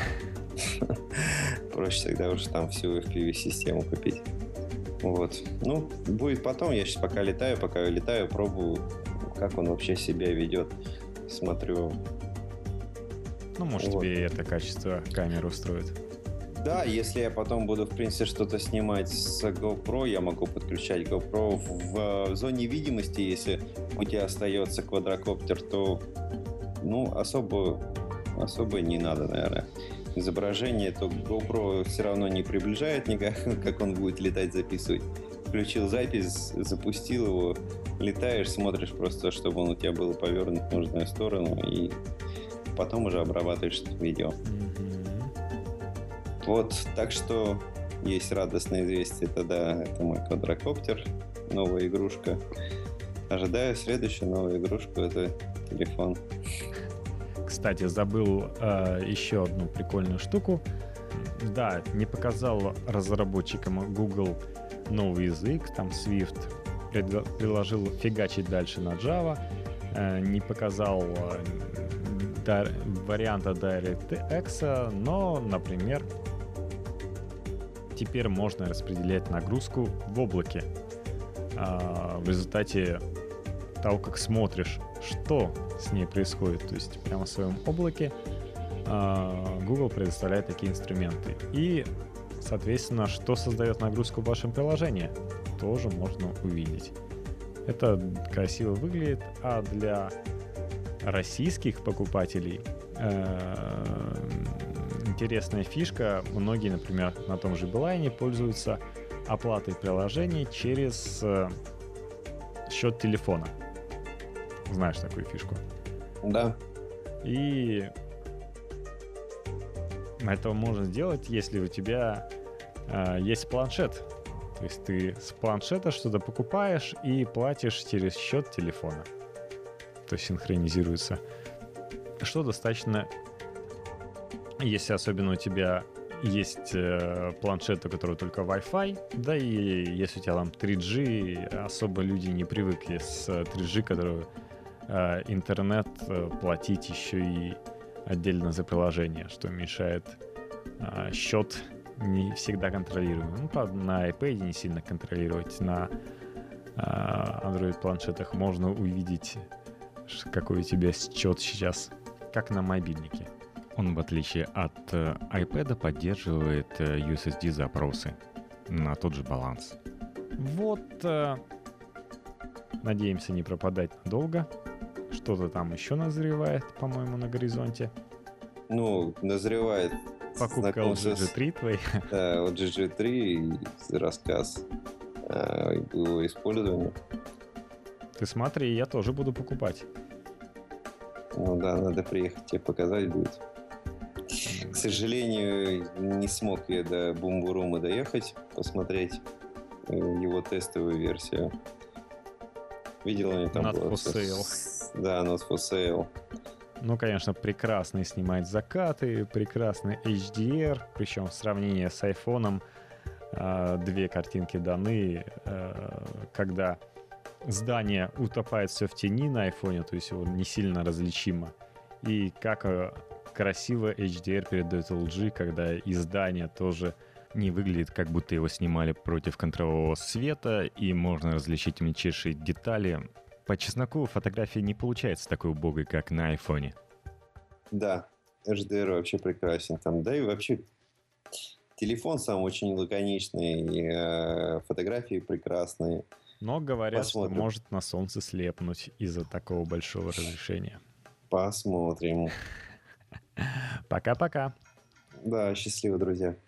Проще тогда уже там всю эф пи ви-систему купить. Вот. Ну, будет потом. Я сейчас пока летаю, пока я летаю, пробую, как он вообще себя ведет. Смотрю. Ну, может, вот. Тебе это качество камеры устроит. Да, если я потом буду, в принципе, что-то снимать с GoPro, я могу подключать GoPro в, в зоне видимости. Если у тебя остается квадрокоптер, то, ну, особо, особо не надо, наверное. изображение, то GoPro все равно не приближает никак, как он будет летать, записывать. Включил запись, запустил его, летаешь, смотришь просто, чтобы он у тебя был повернут в нужную сторону, и потом уже обрабатываешь видео. Mm-hmm. Вот, так что есть радостное известие, это да, это мой квадрокоптер, новая игрушка. Ожидаю следующую новую игрушку, это телефон. Кстати, забыл э, еще одну прикольную штуку. Да, не показал разработчикам Google новый язык, там Swift, предложил фигачить дальше на Java, э, не показал э, да, варианта DirectX, но, например, теперь можно распределять нагрузку в облаке. Э, в результате того, как смотришь, что с ней происходит, то есть прямо в своем облаке э, Google предоставляет такие инструменты. И соответственно, что создает нагрузку в вашем приложении, тоже можно увидеть. Это красиво выглядит, а для российских покупателей э, интересная фишка. Многие, например, на том же Билайне пользуются оплатой приложений через э, счет телефона. Знаешь такую фишку? Да. И это можно сделать, если у тебя э, есть планшет. То есть ты с планшета что-то покупаешь и платишь через счет телефона. То есть синхронизируется. Что достаточно, если особенно у тебя есть э, планшет, у которого только Wi-Fi, да и если у тебя там три джи, особо люди не привыкли с три джи, который э, интернет э, платить еще и отдельно за приложение, что мешает э, счет не всегда контролируемый. Ну, правда, на iPad не сильно контролировать, на э, Android-планшетах можно увидеть, какой у тебя счет сейчас, как на мобильнике. Он, в отличие от э, iPad, поддерживает э, ю эс эс ди-запросы на тот же баланс. Вот, э, надеемся не пропадать долго. Что-то там еще назревает, по-моему, на горизонте. Ну, назревает покупка эл джи джи три твоей. Да, эл джи джи три, рассказ о его использовании. Ты смотри, я тоже буду покупать. Ну да, надо приехать, тебе показать будет. К сожалению, не смог я до Бумбурума доехать, посмотреть его тестовую версию. Видел, они там... Not for sale. Да, not for sale. Ну, конечно, прекрасный снимает закаты, прекрасный эйч ди ар, причем в сравнении с айфоном две картинки даны, когда здание утопает все в тени на айфоне, то есть его не сильно различимо, и как красиво эйч ди ар передает эл джи, когда и здание тоже не выглядит, как будто его снимали против контрового света, и можно различить мельчайшие детали. По чесноку фотография не получается такой убогой, как на айфоне. Да, эйч ди ар вообще прекрасен там. Да и вообще телефон сам очень лаконичный, э, фотографии прекрасные. Но говорят, Посмотрим. Что может на солнце слепнуть из-за такого большого разрешения. Посмотрим. Пока-пока. Да, счастливо, друзья.